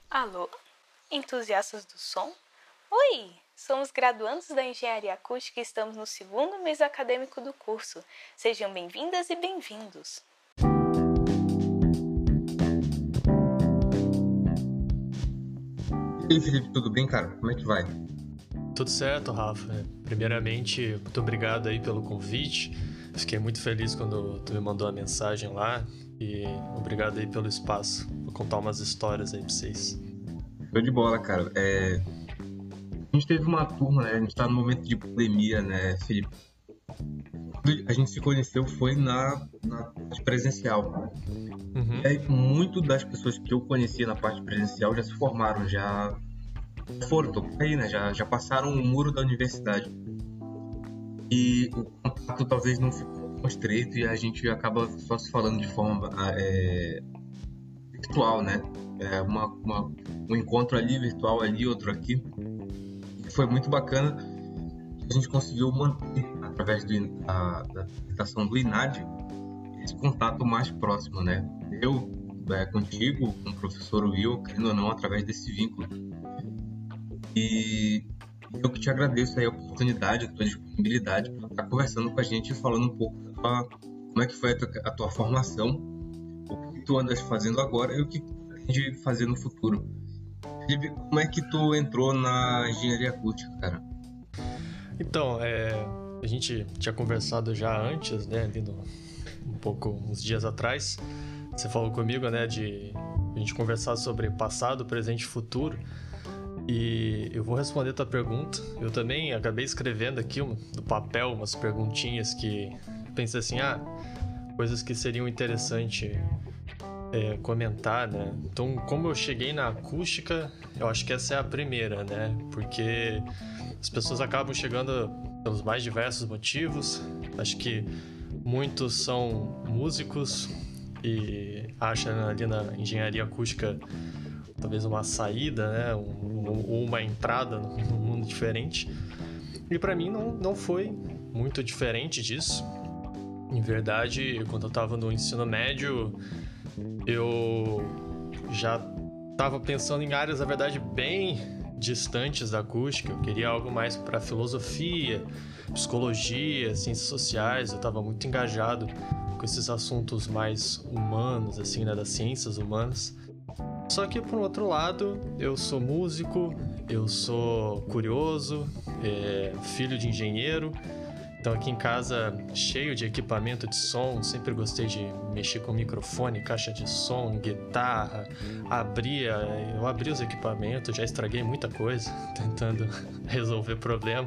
Alô, entusiastas do som? Oi, somos graduandos da Engenharia Acústica e estamos no segundo mês acadêmico do curso. Sejam bem-vindas e bem-vindos. E aí, Felipe, tudo bem, cara? Como é que vai? Tudo certo, Rafa. Primeiramente, muito obrigado aí pelo convite. Fiquei muito feliz quando tu me mandou a mensagem lá e obrigado aí pelo espaço. Vou contar umas histórias aí pra vocês. Show de bola, cara. A gente teve uma turma, né? A gente tá no momento de pandemia, né, Felipe? A gente se conheceu foi na parte presencial. Uhum. E aí, muito das pessoas que eu conhecia na parte presencial já se formaram, já foram, tô aí, né? Já passaram o muro da universidade. E o contato talvez não ficou tão estreito e a gente acaba só se falando de forma virtual, né? Um encontro ali, virtual ali, outro aqui. E foi muito bacana. A gente conseguiu manter, através da aplicação do INAD, esse contato mais próximo, né? Eu, contigo, com o professor Will, querendo ou não, através desse vínculo. E eu que te agradeço aí a oportunidade, a tua disponibilidade para estar conversando com a gente e falando um pouco como é que foi a tua formação, o que tu andas fazendo agora e o que tu pretende fazer no futuro. Felipe, como é que tu entrou na engenharia acústica, cara? Então, a gente tinha conversado já antes, né, ali uns dias atrás. Você falou comigo, né, de a gente conversar sobre passado, presente e futuro. E eu vou responder a tua pergunta. Eu também acabei escrevendo aqui no papel umas perguntinhas que pensei assim, coisas que seriam interessantes comentar, né? Então, como eu cheguei na acústica, eu acho que essa é a primeira, né? Porque as pessoas acabam chegando pelos mais diversos motivos. Acho que muitos são músicos e acham ali na engenharia acústica talvez uma saída, né? Ou uma entrada num mundo diferente. E para mim não foi muito diferente disso. Em verdade, quando eu estava no ensino médio, eu já estava pensando em áreas, na verdade, bem distantes da acústica. Eu queria algo mais para filosofia, psicologia, ciências sociais. Eu estava muito engajado com esses assuntos mais humanos, assim, né? Das ciências humanas. Só que, por outro lado, eu sou músico, eu sou curioso, filho de engenheiro. Então, aqui em casa, cheio de equipamento de som, sempre gostei de mexer com microfone, caixa de som, guitarra. Eu abri os equipamentos, já estraguei muita coisa, tentando resolver problema.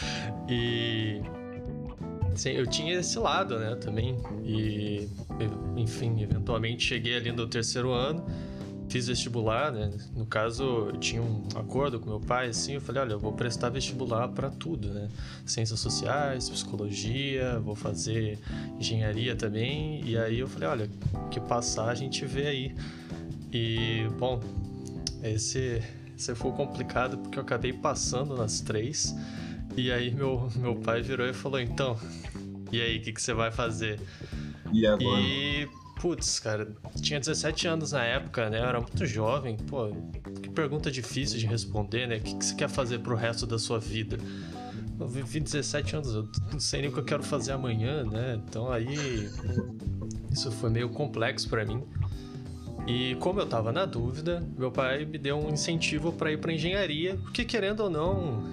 E sim, eu tinha esse lado, né, também. E, enfim, eventualmente cheguei ali no terceiro ano. Fiz vestibular, né? No caso, eu tinha um acordo com meu pai, assim, eu falei, olha, eu vou prestar vestibular para tudo, né? Ciências sociais, psicologia, vou fazer engenharia também, e aí eu falei, olha, o que passar a gente vê aí. E, bom, esse foi complicado porque eu acabei passando nas três, e aí meu pai virou e falou, então, e aí, o que você vai fazer? E agora? Putz, cara, tinha 17 anos na época, né? Eu era muito jovem. Pô, que pergunta difícil de responder, né? O que você quer fazer pro resto da sua vida? Eu vivi 17 anos, eu não sei nem o que eu quero fazer amanhã, né? Então aí, isso foi meio complexo pra mim. E como eu tava na dúvida, meu pai me deu um incentivo pra ir pra engenharia, porque querendo ou não,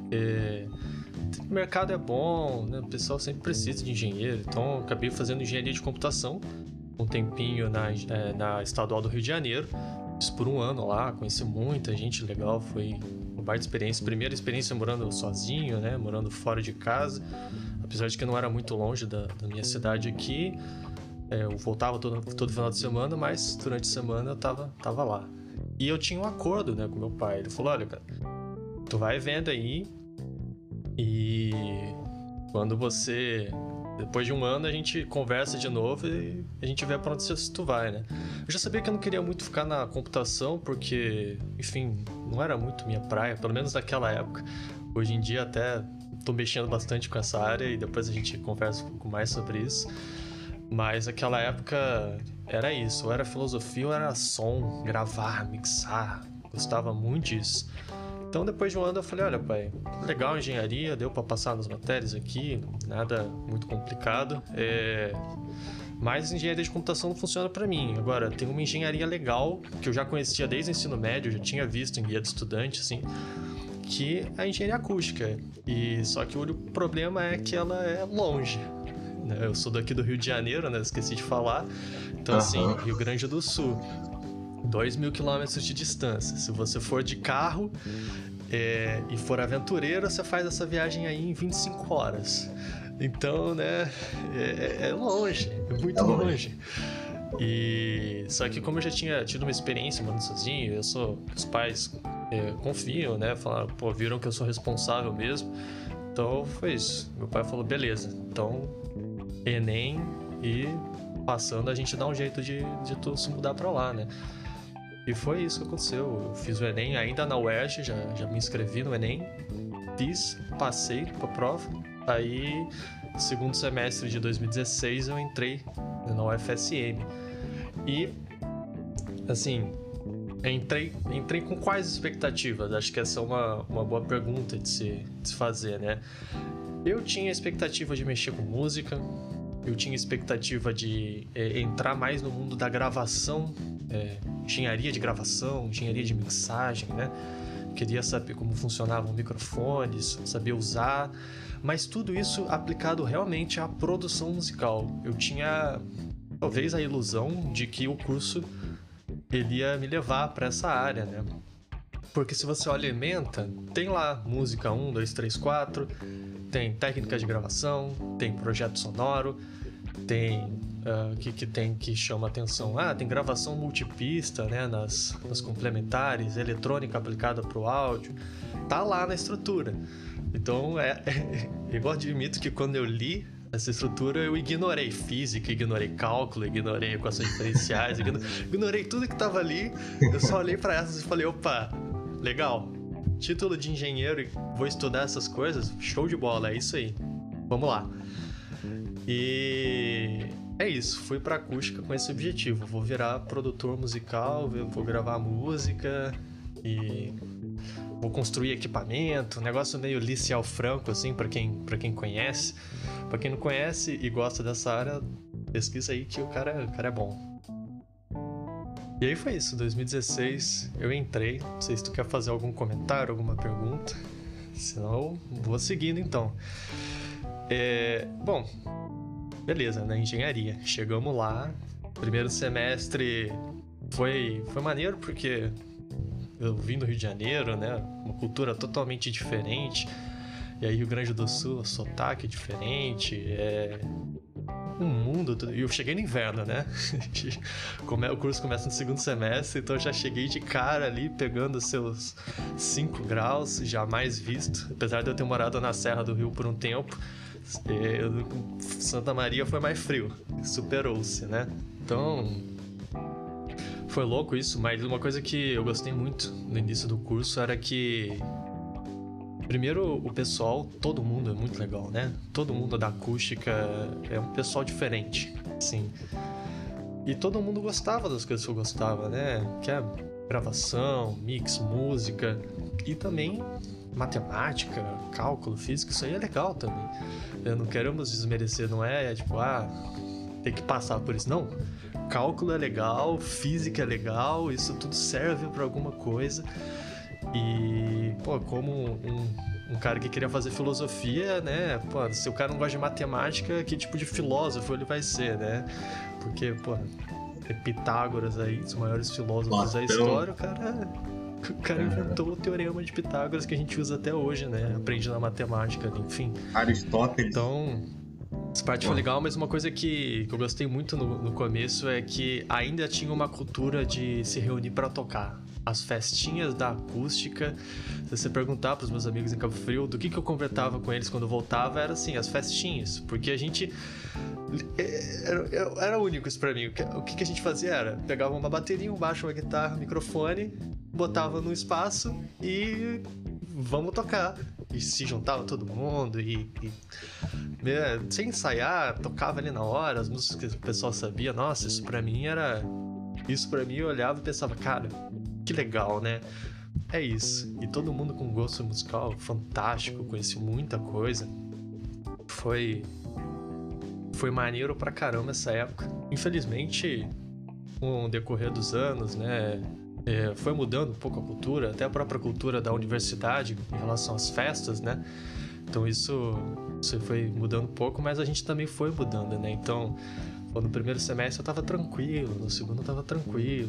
o mercado é bom, né? O pessoal sempre precisa de engenheiro. Então eu acabei fazendo engenharia de computação um tempinho na Estadual do Rio de Janeiro. Fiz por um ano lá, conheci muita gente legal, foi uma baita experiência. Primeira experiência morando sozinho, né? Morando fora de casa, apesar de que não era muito longe da minha cidade aqui. Eu voltava todo final de semana, mas durante a semana eu tava lá. E eu tinha um acordo, né, com meu pai. Ele falou, olha, cara, tu vai vendo aí e quando depois de um ano a gente conversa de novo e a gente vê pra onde tu vai, né? Eu já sabia que eu não queria muito ficar na computação porque, enfim, não era muito minha praia, pelo menos naquela época. Hoje em dia até tô mexendo bastante com essa área e depois a gente conversa um pouco mais sobre isso. Mas naquela época era isso, ou era filosofia ou era som, gravar, mixar, gostava muito disso. Então, depois de um ano, eu falei, olha, pai, legal a engenharia, deu para passar nas matérias aqui, nada muito complicado, mas engenharia de computação não funciona para mim. Agora, tem uma engenharia legal, que eu já conhecia desde o ensino médio, já tinha visto em guia de estudante, assim, que é a engenharia acústica. Só que o problema é que ela é longe. Eu sou daqui do Rio de Janeiro, né? Esqueci de falar. Então, assim, Rio Grande do Sul, 2.000 quilômetros de distância. Se você for de carro e for aventureiro, você faz essa viagem aí em 25 horas. Então, né, é longe, é muito longe. Só que como eu já tinha tido uma experiência morando sozinho, os pais confiam, né, falaram, pô, viram que eu sou responsável mesmo. Então foi isso. Meu pai falou, beleza, então Enem e passando a gente dá um jeito de tu se mudar pra lá, né? E foi isso que aconteceu. Eu fiz o Enem ainda na UERJ, já me inscrevi no Enem, passei pra prova. Aí, segundo semestre de 2016, eu entrei na UFSM. E, assim, entrei com quais expectativas? Acho que essa é uma boa pergunta de se fazer, né? Eu tinha expectativa de mexer com música, eu tinha expectativa de entrar mais no mundo da gravação, engenharia de gravação, engenharia de mixagem, né? Queria saber como funcionavam microfones, saber usar, mas tudo isso aplicado realmente à produção musical. Eu tinha, talvez, a ilusão de que o curso ele ia me levar para essa área, né? Porque se você olha Ementa, tem lá música 1, 2, 3, 4, tem técnica de gravação, tem projeto sonoro, tem que chama atenção. Tem gravação multipista, né, nas complementares, eletrônica aplicada para o áudio. Tá lá na estrutura. Então, eu admito que quando eu li essa estrutura, eu ignorei física, ignorei cálculo, ignorei equações diferenciais, ignorei tudo que tava ali. Eu só olhei para essas e falei, opa, legal. Título de engenheiro e vou estudar essas coisas, show de bola, é isso aí. Vamos lá. E é isso, fui pra acústica com esse objetivo. Vou virar produtor musical, vou gravar música e vou construir equipamento. Um negócio meio Lício Franco, assim, pra quem conhece. Pra quem não conhece e gosta dessa área, pesquisa aí que o cara é bom. E aí foi isso, 2016 eu entrei. Não sei se tu quer fazer algum comentário, alguma pergunta. Senão, vou seguindo então. Bom, beleza, na engenharia. Chegamos lá. Primeiro semestre foi maneiro porque eu vim do Rio de Janeiro, né? Uma cultura totalmente diferente. E aí Rio Grande do Sul, sotaque diferente. Um mundo. E eu cheguei no inverno, né? O curso começa no segundo semestre, então eu já cheguei de cara ali, pegando seus 5 graus, jamais visto. Apesar de eu ter morado na Serra do Rio por um tempo, Santa Maria foi mais frio, superou-se, né? Então, foi louco isso, mas uma coisa que eu gostei muito no início do curso era que, primeiro, o pessoal, todo mundo é muito legal, né? Todo mundo da acústica é um pessoal diferente, assim. E todo mundo gostava das coisas que eu gostava, né? Que é gravação, mix, música e também matemática, cálculo, física, isso aí é legal também. Não queremos desmerecer, não tipo, tem que passar por isso. Não, cálculo é legal, física é legal, isso tudo serve pra alguma coisa. E, pô, como um cara que queria fazer filosofia, né? Pô, se o cara não gosta de matemática, que tipo de filósofo ele vai ser, né? Porque, pô, Pitágoras aí, os maiores filósofos da história, o cara inventou o teorema de Pitágoras que a gente usa até hoje, né? Aprende na matemática, enfim. Aristóteles. Então, essa parte foi legal, mas uma coisa que eu gostei muito no começo é que ainda tinha uma cultura de se reunir para tocar. As festinhas da acústica, se você perguntar pros meus amigos em Cabo Frio do que eu conversava com eles quando eu voltava, era assim, as festinhas, porque a gente era único isso pra mim. O que a gente fazia era, pegava uma bateria, um baixo, uma guitarra, um microfone, botava no espaço e vamos tocar. E se juntava todo mundo e sem ensaiar, tocava ali na hora, as músicas que o pessoal sabia. Nossa, isso pra mim eu olhava e pensava, cara, que legal, né? É isso. E todo mundo com gosto musical fantástico, conheci muita coisa. Foi maneiro pra caramba essa época. Infelizmente, com o decorrer dos anos, né, foi mudando um pouco a cultura, até a própria cultura da universidade em relação às festas, né? Então isso foi mudando um pouco, mas a gente também foi mudando, né? Então, no primeiro semestre eu tava tranquilo, no segundo eu tava tranquilo.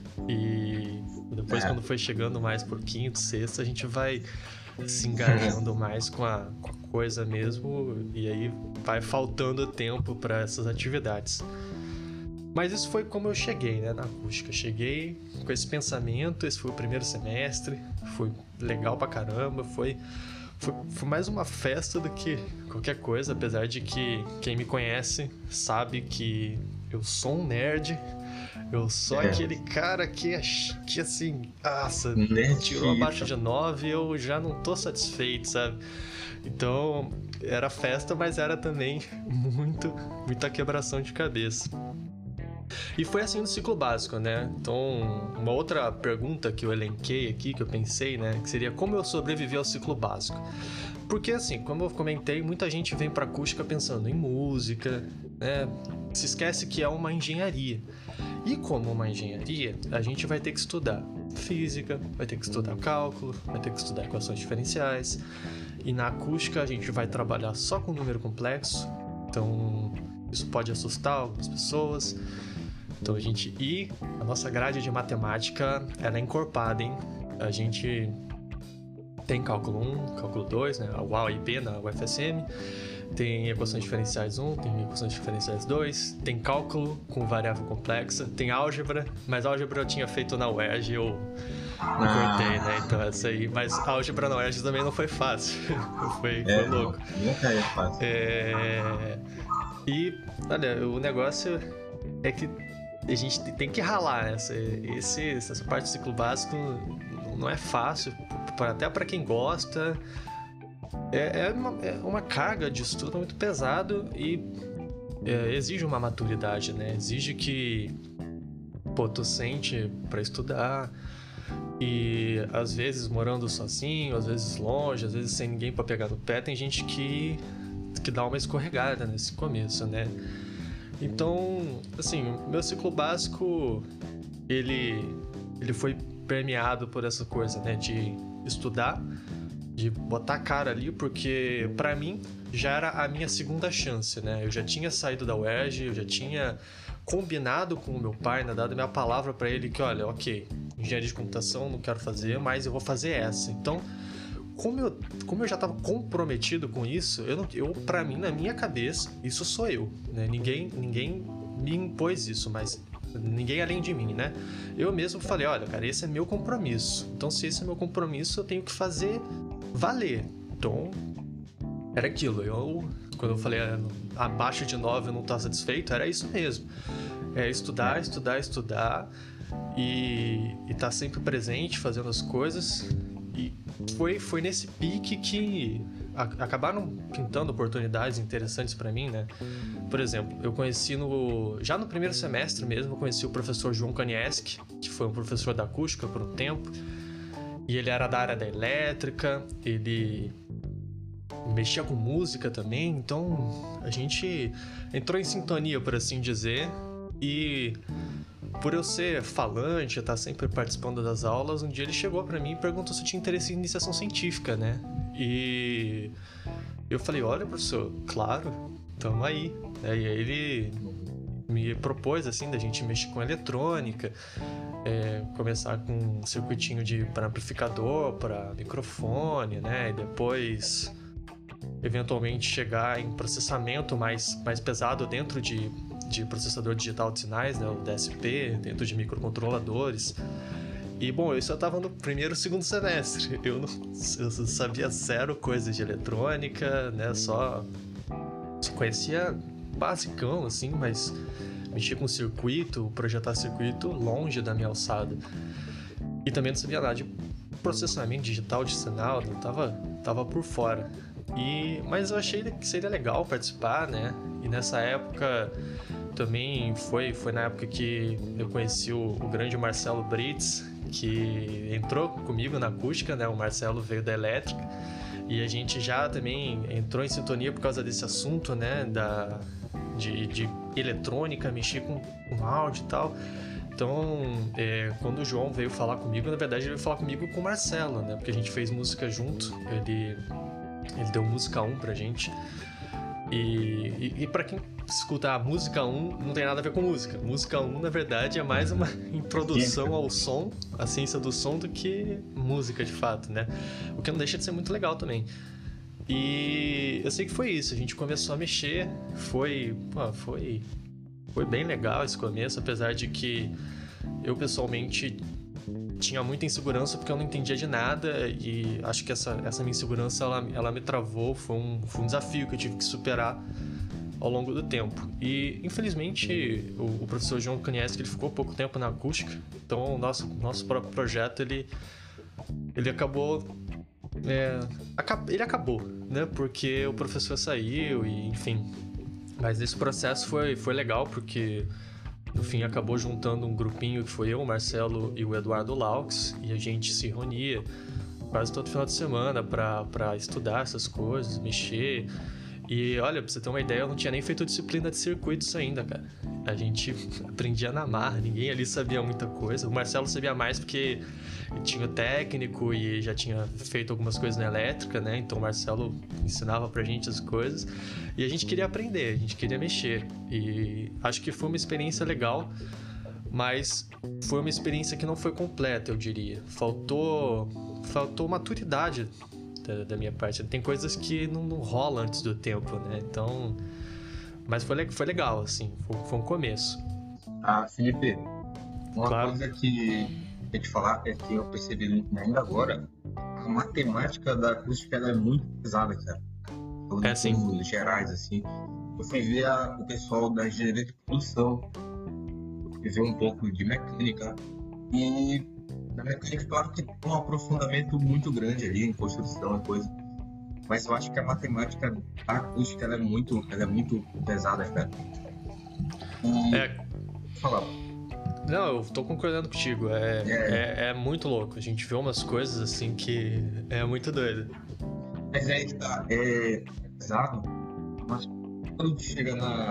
E depois, quando foi chegando mais por quinto, sexto, a gente vai se engajando mais com a coisa mesmo, e aí vai faltando tempo para essas atividades. Mas isso foi como eu cheguei, né, na acústica. Cheguei com esse pensamento, esse foi o primeiro semestre, foi legal pra caramba, foi mais uma festa do que qualquer coisa, apesar de que quem me conhece sabe que eu sou um nerd. Eu sou aquele cara que assim, nossa, tirou abaixo de 9, eu já não tô satisfeito, sabe? Então, era festa, mas era também muita quebração de cabeça. E foi assim no ciclo básico, né? Então, uma outra pergunta que eu elenquei aqui, que eu pensei, né? Que seria como eu sobrevivi ao ciclo básico. Porque assim, como eu comentei, muita gente vem pra acústica pensando em música, né? Se esquece que é uma engenharia. E como uma engenharia, a gente vai ter que estudar física, vai ter que estudar cálculo, vai ter que estudar equações diferenciais. E na acústica a gente vai trabalhar só com número complexo. Então, isso pode assustar algumas pessoas. Então a nossa grade de matemática, ela é encorpada, hein? A gente tem cálculo 1, cálculo 2, né? A UAU e B na UFSM. Tem equações diferenciais 1, tem equações diferenciais 2, tem cálculo com variável complexa, tem álgebra, mas álgebra eu tinha feito na UERJ e eu cortei, né? Então essa aí, mas álgebra na UERJ também não foi fácil, foi louco. Nunca é fácil. E, olha, o negócio é que a gente tem que ralar, essa parte do ciclo básico não é fácil, até para quem gosta. É uma carga de estudo muito pesado e exige uma maturidade, né? Exige que tu sente para estudar e às vezes morando sozinho, às vezes longe, às vezes sem ninguém para pegar no pé, tem gente que dá uma escorregada nesse começo, né? Então, assim, o meu ciclo básico ele foi permeado por essa coisa, né? De estudar, de botar a cara ali, porque pra mim já era a minha segunda chance, né? Eu já tinha saído da UERJ, eu já tinha combinado com o meu pai, né? Dado minha palavra pra ele que, olha, ok, engenharia de computação não quero fazer, mas eu vou fazer essa. Então, como eu já estava comprometido com isso, eu para mim, na minha cabeça, isso sou eu, né? Ninguém me impôs isso, mas ninguém além de mim, né? Eu mesmo falei, olha, cara, esse é meu compromisso. Então, se esse é meu compromisso, eu tenho que fazer valer. Então, era aquilo. Quando eu falei abaixo de 9 eu não estava satisfeito, era isso mesmo. É estudar e tá sempre presente, fazendo as coisas. E foi nesse pique que acabaram pintando oportunidades interessantes para mim, né? Por exemplo, eu conheci já no primeiro semestre mesmo, eu conheci o professor João Kanieski, que foi um professor da acústica por um tempo, e ele era da área da elétrica, ele mexia com música também, então a gente entrou em sintonia, por assim dizer, e por eu ser falante, eu estar sempre participando das aulas, um dia ele chegou pra mim e perguntou se eu tinha interesse em iniciação científica, né? E eu falei, olha, professor, claro, tamo aí. E aí ele me propôs, assim, da gente mexer com eletrônica, começar com um circuitinho para amplificador, para microfone, né? E depois, eventualmente, chegar em processamento mais pesado dentro de processador digital de sinais, né, o DSP, dentro de microcontroladores. E, bom, eu só estava no primeiro e segundo semestre. Eu sabia zero coisa de eletrônica, né, só conhecia basicão, assim, mas mexia com circuito, projetar circuito longe da minha alçada. E também não sabia nada de processamento digital de sinal, não tava por fora. Mas eu achei que seria legal participar, né? E nessa época também foi na época que eu conheci o grande Marcelo Brits, que entrou comigo na acústica, né? O Marcelo veio da elétrica e a gente já também entrou em sintonia por causa desse assunto, né? De eletrônica, mexer com áudio e tal. Então, quando o João veio falar comigo, na verdade ele veio falar comigo com o Marcelo, né? Porque a gente fez música junto, ele deu música 1 pra gente. E pra quem escuta a música 1, não tem nada a ver com música. Música 1, na verdade, é mais uma introdução ao som, à ciência do som, do que música de fato, né? O que não deixa de ser muito legal também. E eu sei que foi isso, a gente começou a mexer, foi bem legal esse começo, apesar de que eu pessoalmente tinha muita insegurança porque eu não entendia de nada e acho que essa minha insegurança ela me travou, foi um desafio que eu tive que superar ao longo do tempo. E infelizmente o professor João Kaniewski, ele ficou pouco tempo na acústica, então o nosso próprio projeto ele acabou ele acabou, né? Porque o professor saiu e enfim. Mas esse processo foi legal porque no fim acabou juntando um grupinho que foi eu, o Marcelo e o Eduardo Laux, e a gente se reunia quase todo final de semana pra estudar essas coisas, mexer. E olha, pra você ter uma ideia, eu não tinha nem feito disciplina de circuitos ainda, cara. A gente aprendia na marra, ninguém ali sabia muita coisa. O Marcelo sabia mais porque ele tinha técnico e já tinha feito algumas coisas na elétrica, né? Então o Marcelo ensinava pra gente as coisas. E a gente queria aprender, a gente queria mexer. E acho que foi uma experiência legal, mas foi uma experiência que não foi completa, eu diria. Faltou maturidade da minha parte. Tem coisas que não rolam antes do tempo, né? Então... Mas foi legal, assim. Foi um começo. Ah, Felipe, uma Claro. coisa que eu tenho que falar é que eu percebi ainda agora, a matemática da acústica ela é muito pesada, cara. Falando Sim. em termos gerais, assim. Eu fui ver o pessoal da engenharia de produção, eu fui ver um pouco de mecânica, e na mecânica, claro que tem um aprofundamento muito grande ali em construção e coisa. Mas eu acho que a matemática da acústica ela é muito pesada, cara. Fala. Não, eu tô concordando contigo. É muito louco. A gente vê umas coisas assim que é muito doido. Mas aí que tá, é pesado, mas quando chega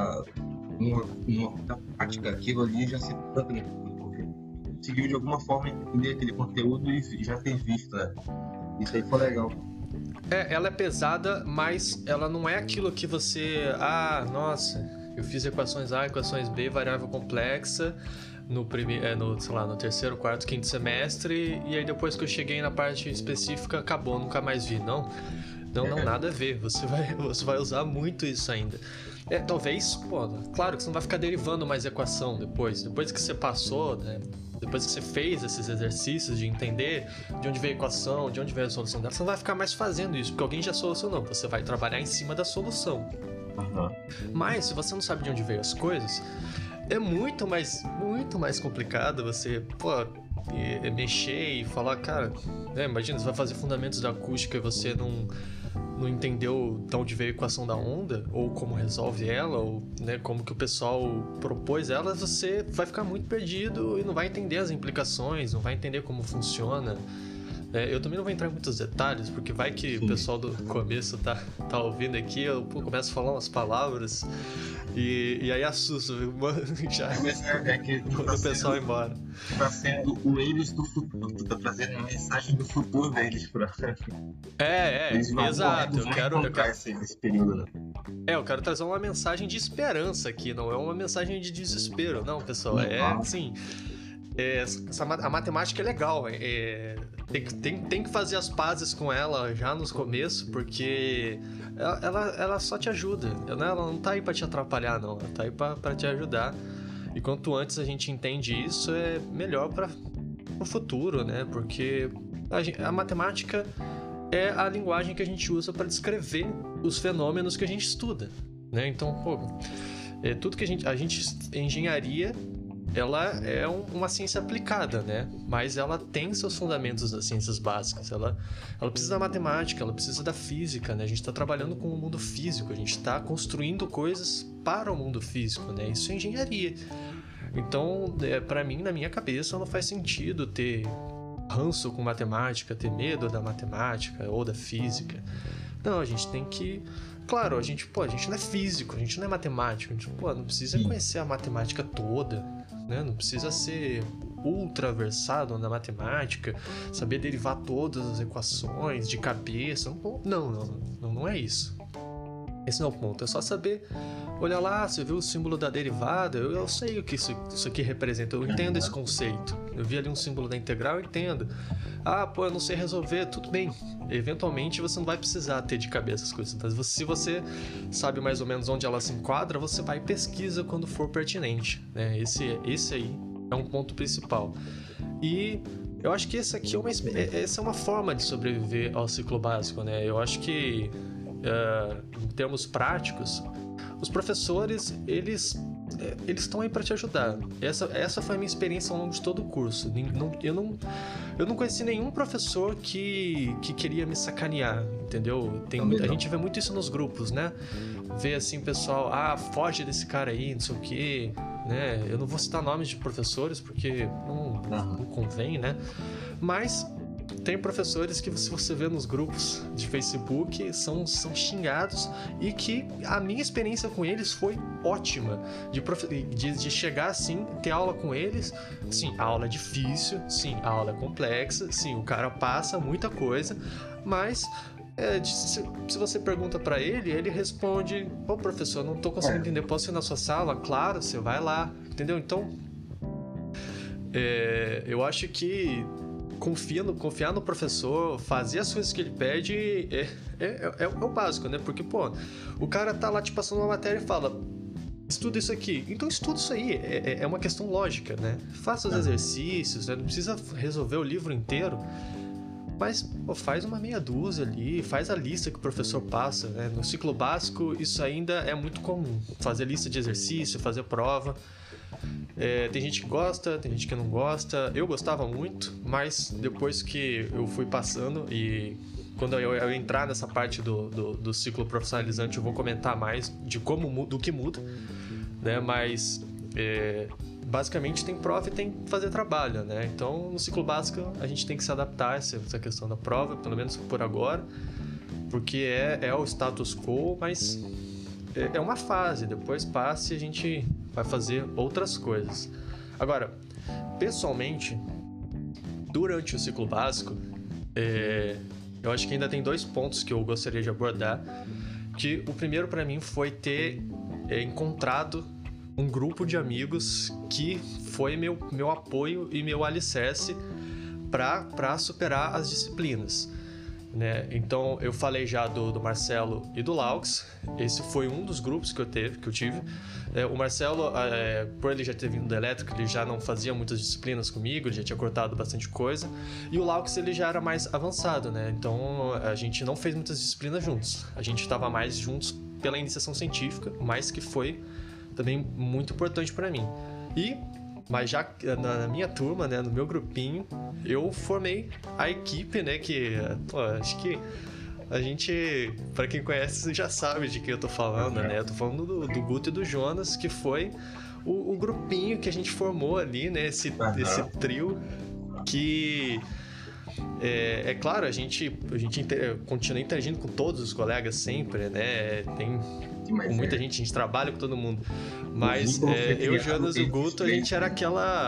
numa prática, aquilo ali já se trata, porque conseguiu de alguma forma entender aquele conteúdo e já ter visto, né? Isso aí foi legal. Ela é pesada, mas ela não é aquilo que você... Ah, nossa, eu fiz equações A, equações B, variável complexa no terceiro, quarto, quinto semestre, e aí depois que eu cheguei na parte específica, acabou, nunca mais vi. Não, nada a ver. Você vai usar muito isso ainda. Talvez, claro que você não vai ficar derivando mais equação depois que você passou, né? Depois que você fez esses exercícios de entender de onde veio a equação, de onde veio a solução dela, você não vai ficar mais fazendo isso, porque alguém já solucionou. Você vai trabalhar em cima da solução. Uhum. Mas, se você não sabe de onde veio as coisas, é muito mais complicado você, mexer e falar, cara... imagina, você vai fazer fundamentos da acústica e você não entendeu de onde veio a equação da onda, ou como resolve ela, ou né, como que o pessoal propôs ela, você vai ficar muito perdido e não vai entender as implicações, não vai entender como funciona. Eu também não vou entrar em muitos detalhes, porque vai que o pessoal do começo tá ouvindo aqui, eu começo a falar umas palavras e aí assusta, já que o pessoal embora. Tá sendo o eles do futuro, tu tá trazendo a mensagem do futuro deles pra... Exato, eu quero esse período, né? Eu quero trazer uma mensagem de esperança aqui, não é uma mensagem de desespero, não, pessoal, assim... a matemática é legal, tem que fazer as pazes com ela já nos começos, porque ela só te ajuda, né? Ela não tá aí pra te atrapalhar, não, ela tá aí pra te ajudar, e quanto antes a gente entende isso, é melhor para o futuro, né? Porque a matemática é a linguagem que a gente usa para descrever os fenômenos que a gente estuda, né? Então, tudo que a gente engenharia, ela é uma ciência aplicada, né? Mas ela tem seus fundamentos das ciências básicas. Ela precisa da matemática, ela precisa da física, né? A gente está trabalhando com o mundo físico, a gente está construindo coisas para o mundo físico, né? Isso é engenharia. Então, para mim, na minha cabeça, não faz sentido ter ranço com matemática, ter medo da matemática ou da física. Não, a gente tem que... Claro, a gente não é físico, a gente não é matemático, a gente não precisa conhecer a matemática toda, né? Não precisa ser ultra versado na matemática, saber derivar todas as equações de cabeça. Não é isso. Esse não é o ponto, é só saber olhar lá, você viu o símbolo da derivada, eu sei o que isso aqui representa, eu entendo esse conceito. Eu vi ali um símbolo da integral, eu entendo. Eu não sei resolver, tudo bem. Eventualmente você não vai precisar ter de cabeça as coisas, mas se você sabe mais ou menos onde ela se enquadra, você vai e pesquisa quando for pertinente, né? Esse aí é um ponto principal. E eu acho que essa é uma forma de sobreviver ao ciclo básico, né? Eu acho que em termos práticos, os professores, eles estão aí para te ajudar. Essa foi a minha experiência ao longo de todo o curso. Eu não conheci nenhum professor que queria me sacanear, entendeu? A gente vê muito isso nos grupos, né? Vê assim, pessoal, foge desse cara aí, não sei o quê, né? Eu não vou citar nomes de professores porque não convém, né? Mas tem professores que, se você vê nos grupos de Facebook, são xingados, e que a minha experiência com eles foi ótima. De chegar assim, ter aula com eles. Sim, a aula é difícil, sim, a aula é complexa, sim, o cara passa muita coisa, mas se você pergunta pra ele, ele responde: professor, não tô conseguindo entender, posso ir na sua sala? Claro, você vai lá, entendeu? Então, eu acho que confiar no professor, fazer as coisas que ele pede é o básico, né? Porque, o cara tá lá te passando uma matéria e fala: estuda isso aqui. Então estuda isso aí. É uma questão lógica, né? Faça os exercícios, né? Não precisa resolver o livro inteiro, mas faz uma meia dúzia ali, faz a lista que o professor passa, né? No ciclo básico isso ainda é muito comum, fazer lista de exercício, fazer prova. Tem gente que gosta, tem gente que não gosta. Eu gostava muito, mas depois que eu fui passando, e quando eu entrar nessa parte do ciclo profissionalizante, eu vou comentar mais do que muda, né? Mas basicamente tem prova e tem que fazer trabalho, né? Então, no ciclo básico a gente tem que se adaptar a essa questão da prova, pelo menos por agora, porque é o status quo, mas é uma fase. Depois passa e a gente vai fazer outras coisas. Agora, pessoalmente, durante o ciclo básico, eu acho que ainda tem 2 pontos que eu gostaria de abordar. Que o primeiro para mim foi ter encontrado um grupo de amigos que foi meu apoio e meu alicerce para superar as disciplinas, né? Então, eu falei já do Marcelo e do Laux. Esse foi um dos grupos que eu tive. O Marcelo, por ele já ter vindo da elétrica, ele já não fazia muitas disciplinas comigo, ele já tinha cortado bastante coisa. E o Laux, ele já era mais avançado, né? Então, a gente não fez muitas disciplinas juntos. A gente estava mais juntos pela iniciação científica, mas que foi também muito importante para mim. Mas já na minha turma, né, no meu grupinho, eu formei a equipe, né, que, acho que a gente, pra quem conhece, já sabe de quem eu tô falando, né? Eu tô falando do Guto e do Jonas, que foi o grupinho que a gente formou ali, né, esse trio que... claro, a gente continua interagindo com todos os colegas sempre, né? Tem muita gente, a gente trabalha com todo mundo. Mas eu, o Jonas e o Guto, a gente era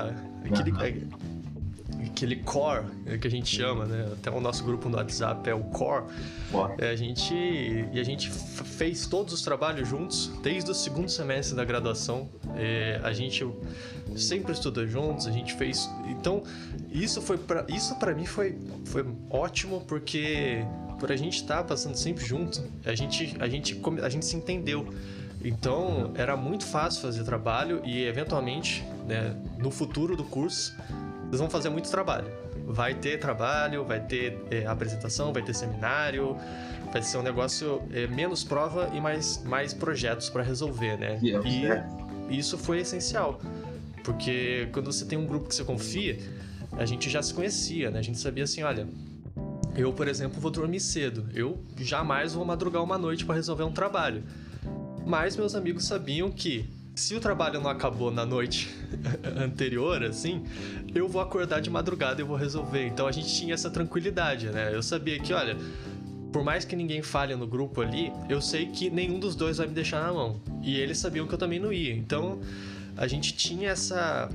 aquele core que a gente chama, né? Até o nosso grupo no WhatsApp é o core. A gente fez todos os trabalhos juntos desde o 2º semestre da graduação. A gente sempre estudou juntos, a gente fez. Então, isso para mim foi ótimo, porque por a gente estar passando sempre junto, a gente se entendeu. Então, era muito fácil fazer trabalho e, eventualmente, né, no futuro do curso, vocês vão fazer muito trabalho. Vai ter trabalho, vai ter apresentação, vai ter seminário, vai ser um negócio menos prova e mais projetos para resolver, né? E isso foi essencial, porque quando você tem um grupo que você confia, a gente já se conhecia, né? A gente sabia assim, olha, eu, por exemplo, vou dormir cedo, eu jamais vou madrugar uma noite para resolver um trabalho. Mas meus amigos sabiam que se o trabalho não acabou na noite anterior, assim, eu vou acordar de madrugada e vou resolver. Então a gente tinha essa tranquilidade, né? Eu sabia que, olha, por mais que ninguém falhe no grupo ali, eu sei que nenhum dos dois vai me deixar na mão. E eles sabiam que eu também não ia. Então a gente tinha essa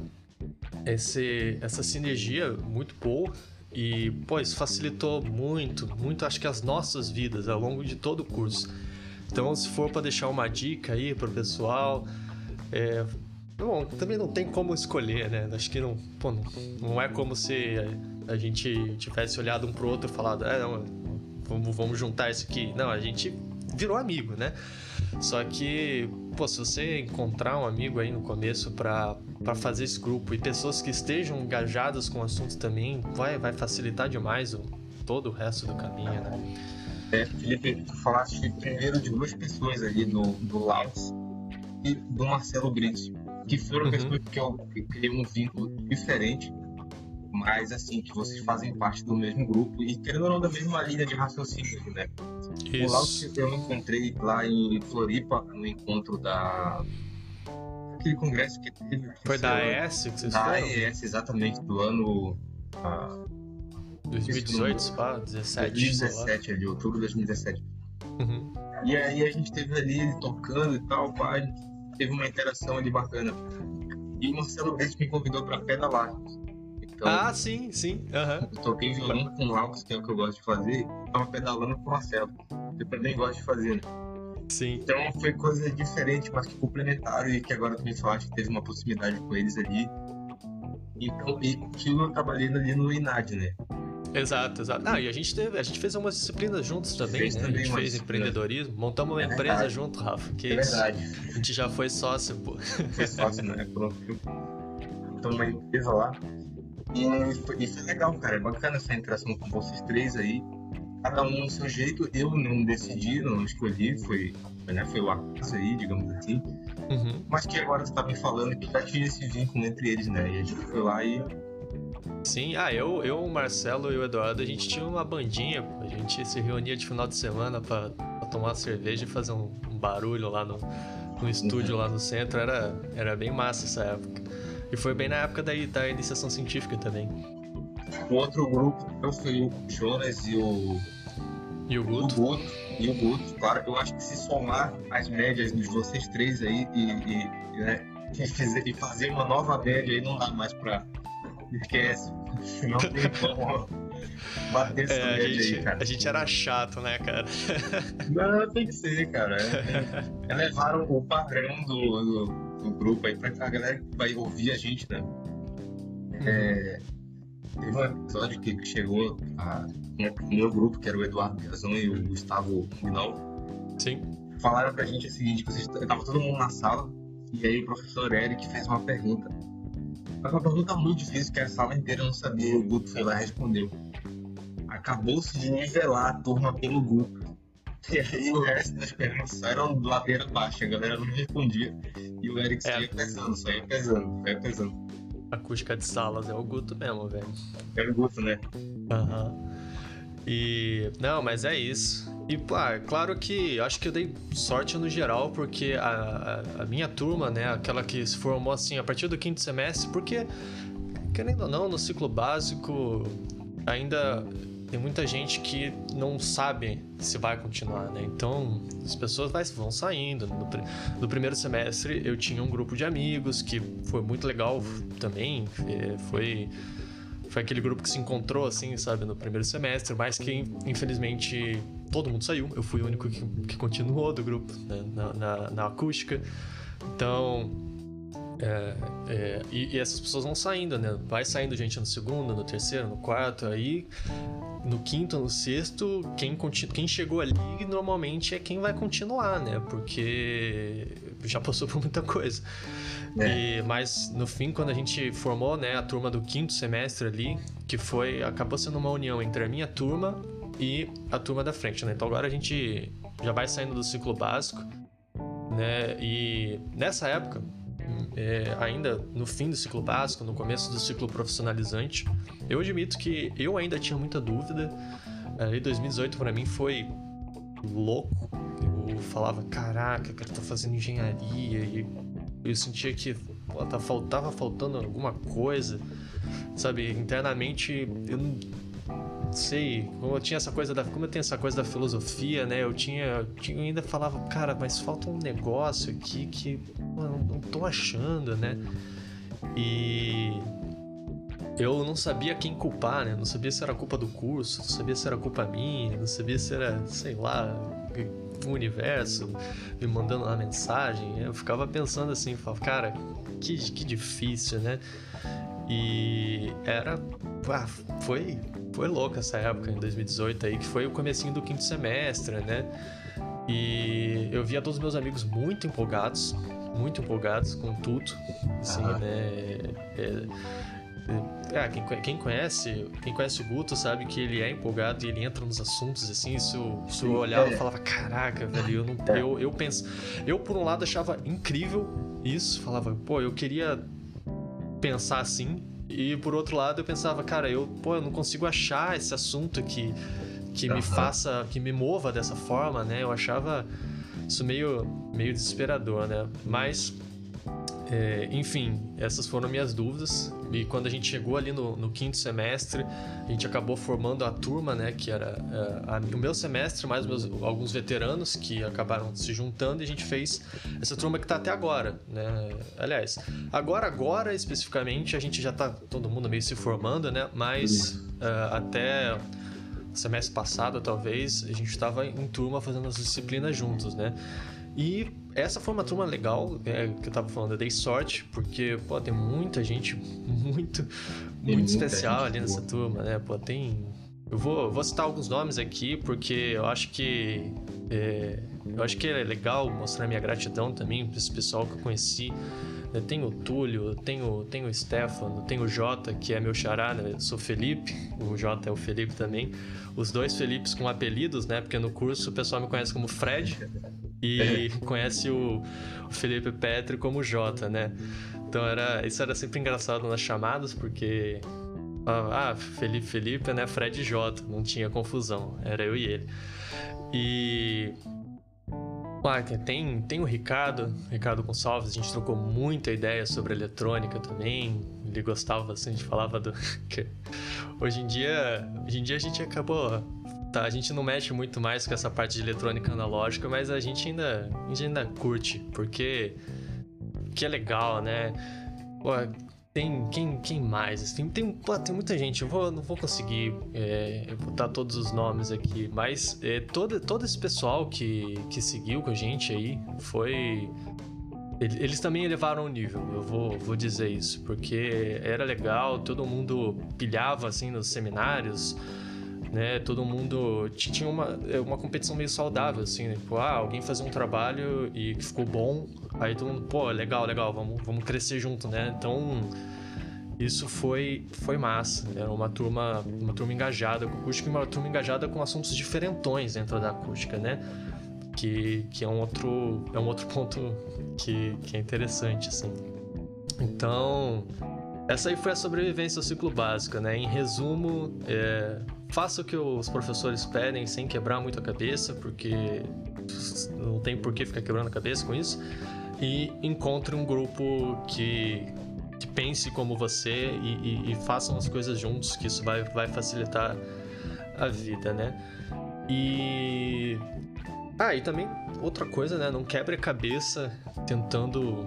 sinergia muito boa. E, pô, isso facilitou muito, acho que as nossas vidas ao longo de todo o curso. Então, se for para deixar uma dica aí pro pessoal, bom, também não tem como escolher, né? Acho que não é como se a gente tivesse olhado um pro outro e falado, não, vamos juntar isso aqui. Não, a gente virou amigo, né? Só que, pô, se você encontrar um amigo aí no começo pra fazer esse grupo e pessoas que estejam engajadas com o assunto também, vai facilitar demais todo o resto do caminho, né? Felipe, tu falaste primeiro de duas pessoas ali do Laos e do Marcelo Brito, que foram pessoas que eu criei um vínculo diferente, mas assim, que vocês fazem parte do mesmo grupo e querendo ou não da mesma linha de raciocínio, né? Isso. O Laos eu encontrei lá em Floripa, no encontro aquele congresso que teve. Foi da AES que vocês foram? Da AES, exatamente, do ano 2018, 2017, ali, outubro de 2017. E aí a gente teve ali ele tocando e tal, pai, teve uma interação ali bacana. E o Marcelo Brito me convidou para pedalar. Então, sim. Eu toquei violão com o Laos, que é o que eu gosto de fazer, e tava pedalando com o Marcelo, que eu também gosto de fazer, né? Sim. Então foi coisa diferente, mas que complementaram e que agora tu me falaste que teve uma proximidade com eles ali. Então, e que eu trabalhei ali no INAD, né? Exato. E a gente fez algumas disciplinas juntos também, né? A gente fez empreendedorismo, montamos uma empresa junto, Rafa. Que isso? Verdade. A gente já foi sócio, pô. Foi sócio, né? Pronto. Então, uma empresa lá. E foi legal, cara. É bacana essa interação com vocês três aí. Cada um no seu jeito. Eu não decidi, não escolhi. Foi o acaso aí, digamos assim. Mas que agora você tá me falando que já tinha esse vínculo entre eles, né? E a gente foi lá e... Sim, eu, o Marcelo e o Eduardo, a gente tinha uma bandinha. A gente se reunia de final de semana pra tomar cerveja e fazer um barulho lá no estúdio lá no centro. Era bem massa essa época. E foi bem na época da iniciação científica também. O outro grupo foi o Jonas e o Guto. E o Guto, claro. Eu acho que se somar as médias de vocês três aí e fazer uma nova média aí, não dá mais pra... Esquece. Não tem como bater essa média aí, cara. A gente era chato, né, cara? Não, tem que ser, cara. Levaram o padrão do grupo aí pra a galera que vai ouvir a gente, né? Teve um episódio que chegou o meu grupo, que era o Eduardo Piazão e o Gustavo Minal. Sim. Falaram pra gente o seguinte, que tava todo mundo na sala e aí o professor Eric fez uma pergunta. Mas uma pergunta muito difícil que a sala inteira não sabia e o Guto foi lá e respondeu. Acabou-se de nivelar a turma pelo grupo. E aí o resto das perguntas só eram ladeira baixa, a galera não respondia. E o Eric só ia pesando. A acústica de salas é o Guto mesmo, velho. É o Guto, né? Não, mas é isso. E, claro que eu acho que eu dei sorte no geral, porque a minha turma, né, aquela que se formou assim a partir do 5º semestre, porque, querendo ou não, no ciclo básico ainda tem muita gente que não sabe se vai continuar, né? Então, as pessoas vão saindo. No primeiro semestre eu tinha um grupo de amigos que foi muito legal também, foi aquele grupo que se encontrou, assim, sabe, no primeiro semestre, mas que, infelizmente, todo mundo saiu. Eu fui o único que continuou do grupo, né, na acústica. Então, e essas pessoas vão saindo, né? Vai saindo gente no segundo, no terceiro, no quarto, aí no quinto, no sexto, quem chegou ali normalmente é quem vai continuar, né? Porque já passou por muita coisa. Mas no fim, quando a gente formou, né, a turma do 5º semestre ali, que acabou sendo uma união entre a minha turma e a turma da frente, né? Então agora a gente já vai saindo do ciclo básico, né? E nessa época, ainda no fim do ciclo básico, no começo do ciclo profissionalizante, eu admito que eu ainda tinha muita dúvida. Ali 2018 para mim foi louco. Eu falava, caraca, eu quero estar fazendo engenharia e eu sentia que tava faltando alguma coisa, sabe? Internamente, eu não sei, como eu tenho essa coisa da filosofia, né? Eu ainda falava, cara, mas falta um negócio aqui que eu não tô achando, né? E eu não sabia quem culpar, né? Não sabia se era culpa do curso, não sabia se era culpa minha, não sabia se era, sei lá, o universo me mandando uma mensagem. Eu ficava pensando assim, falava, cara, que difícil, né? E foi louco essa época, em 2018 aí, que foi o comecinho do 5º semestre, né? E eu via todos os meus amigos muito empolgados com tudo, assim, né? Quem conhece o Guto sabe que ele é empolgado e ele entra nos assuntos, assim, se eu olhava e falava, caraca, velho, eu por um lado achava incrível isso, falava, pô, eu queria pensar assim, e por outro lado eu pensava, cara, eu não consigo achar esse assunto que me faça, que me mova dessa forma, né? Eu achava isso meio desesperador, né? Mas enfim, essas foram minhas dúvidas. E quando a gente chegou ali no 5º semestre, a gente acabou formando a turma, né? Que era o meu semestre, mais alguns veteranos que acabaram se juntando, e a gente fez essa turma que tá até agora, né? Aliás, agora especificamente, a gente já tá todo mundo meio se formando, né? Mas até semestre passado, talvez, a gente estava em turma fazendo as disciplinas juntos, né? E essa foi uma turma legal, que eu tava falando, eu dei sorte, porque, tem muita gente muito especial ali nessa turma, né? Eu vou citar alguns nomes aqui, porque eu acho que é legal mostrar minha gratidão também para esse pessoal que eu conheci. Tem o Túlio, tem o Stefano, tem o Jota, que é meu xará, né? Eu sou Felipe, o Jota é o Felipe também. Os dois Felipes com apelidos, né? Porque no curso o pessoal me conhece como Fred e conhece o Felipe Petri como Jota, né? Então isso era sempre engraçado nas chamadas, porque Felipe, né? Fred e Jota, não tinha confusão, era eu e ele. E tem o Ricardo Gonçalves, a gente trocou muita ideia sobre eletrônica também. Ele gostava bastante, falava que hoje em dia a gente acabou, a gente não mexe muito mais com essa parte de eletrônica analógica, mas a gente ainda curte, porque que é legal, né? Quem mais? Tem muita gente, não vou conseguir botar todos os nomes aqui, mas todo esse pessoal que seguiu com a gente aí eles também elevaram o nível, eu vou dizer isso, porque era legal, todo mundo pilhava assim nos seminários, né? Todo mundo tinha uma competição meio saudável, assim, né? Tipo, alguém fazia um trabalho e ficou bom, aí todo mundo, legal, vamos crescer junto, né? Então isso foi massa, era uma turma engajada com acústica, e uma turma engajada com assuntos diferentões dentro da acústica, né? Que é um outro ponto que é interessante, assim. Então, essa aí foi a sobrevivência ao ciclo básico, né? Em resumo, faça o que os professores pedem sem quebrar muito a cabeça, porque não tem por que ficar quebrando a cabeça com isso, e encontre um grupo que pense como você e façam as coisas juntos, que isso vai facilitar a vida, né? E também outra coisa, né? Não quebre a cabeça tentando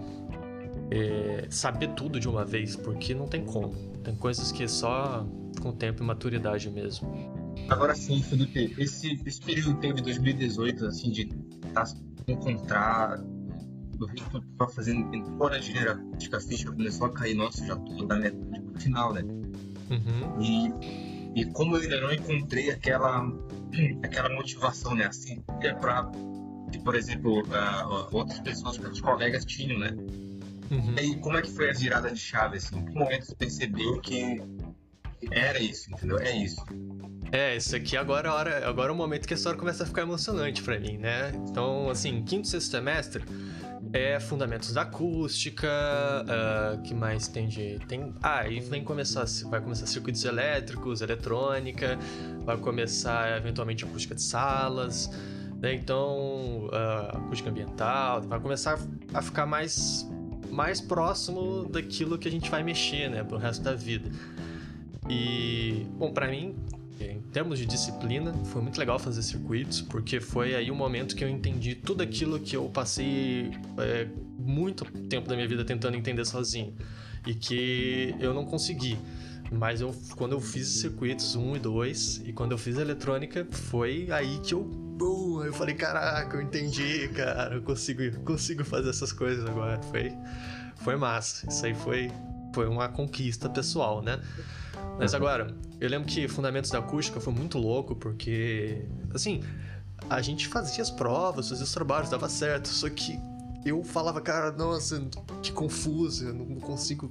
saber tudo de uma vez, porque não tem como. Tem coisas que é só com tempo e maturidade mesmo. Agora sim, Felipe, esse período de 2018, assim, de encontrar, eu vi que tu estava fazendo fora de engenharia acústica, a ficha começou a cair, já tô da metade pro final, né? Uhum. E como eu ainda não encontrei aquela motivação, né? Assim, que, por exemplo, outras pessoas, outros colegas tinham, né? Uhum. E como é que foi a virada de chave, assim? Em que momento você percebeu que era isso, entendeu? É isso. Isso aqui agora é o momento que a história começa a ficar emocionante pra mim, né? Então, assim, 5º, 6º semestre fundamentos da acústica, que mais tem aí vai começar circuitos elétricos, eletrônica, vai começar eventualmente acústica de salas, né? Então acústica ambiental, vai começar a ficar mais mais próximo daquilo que a gente vai mexer, né, pro resto da vida. E, bom, pra mim, em termos de disciplina, foi muito legal fazer circuitos, porque foi aí o momento que eu entendi tudo aquilo que eu passei muito tempo da minha vida tentando entender sozinho e que eu não consegui. Mas quando eu fiz circuitos 1 e 2 e quando eu fiz eletrônica, foi aí que eu falei, caraca, eu entendi, cara, eu consigo fazer essas coisas agora. Foi massa, isso aí foi uma conquista pessoal, né? Mas agora, eu lembro que Fundamentos da Acústica foi muito louco, porque, assim, a gente fazia as provas, fazia os trabalhos, dava certo, só que eu falava, cara, nossa, que confuso, eu não consigo,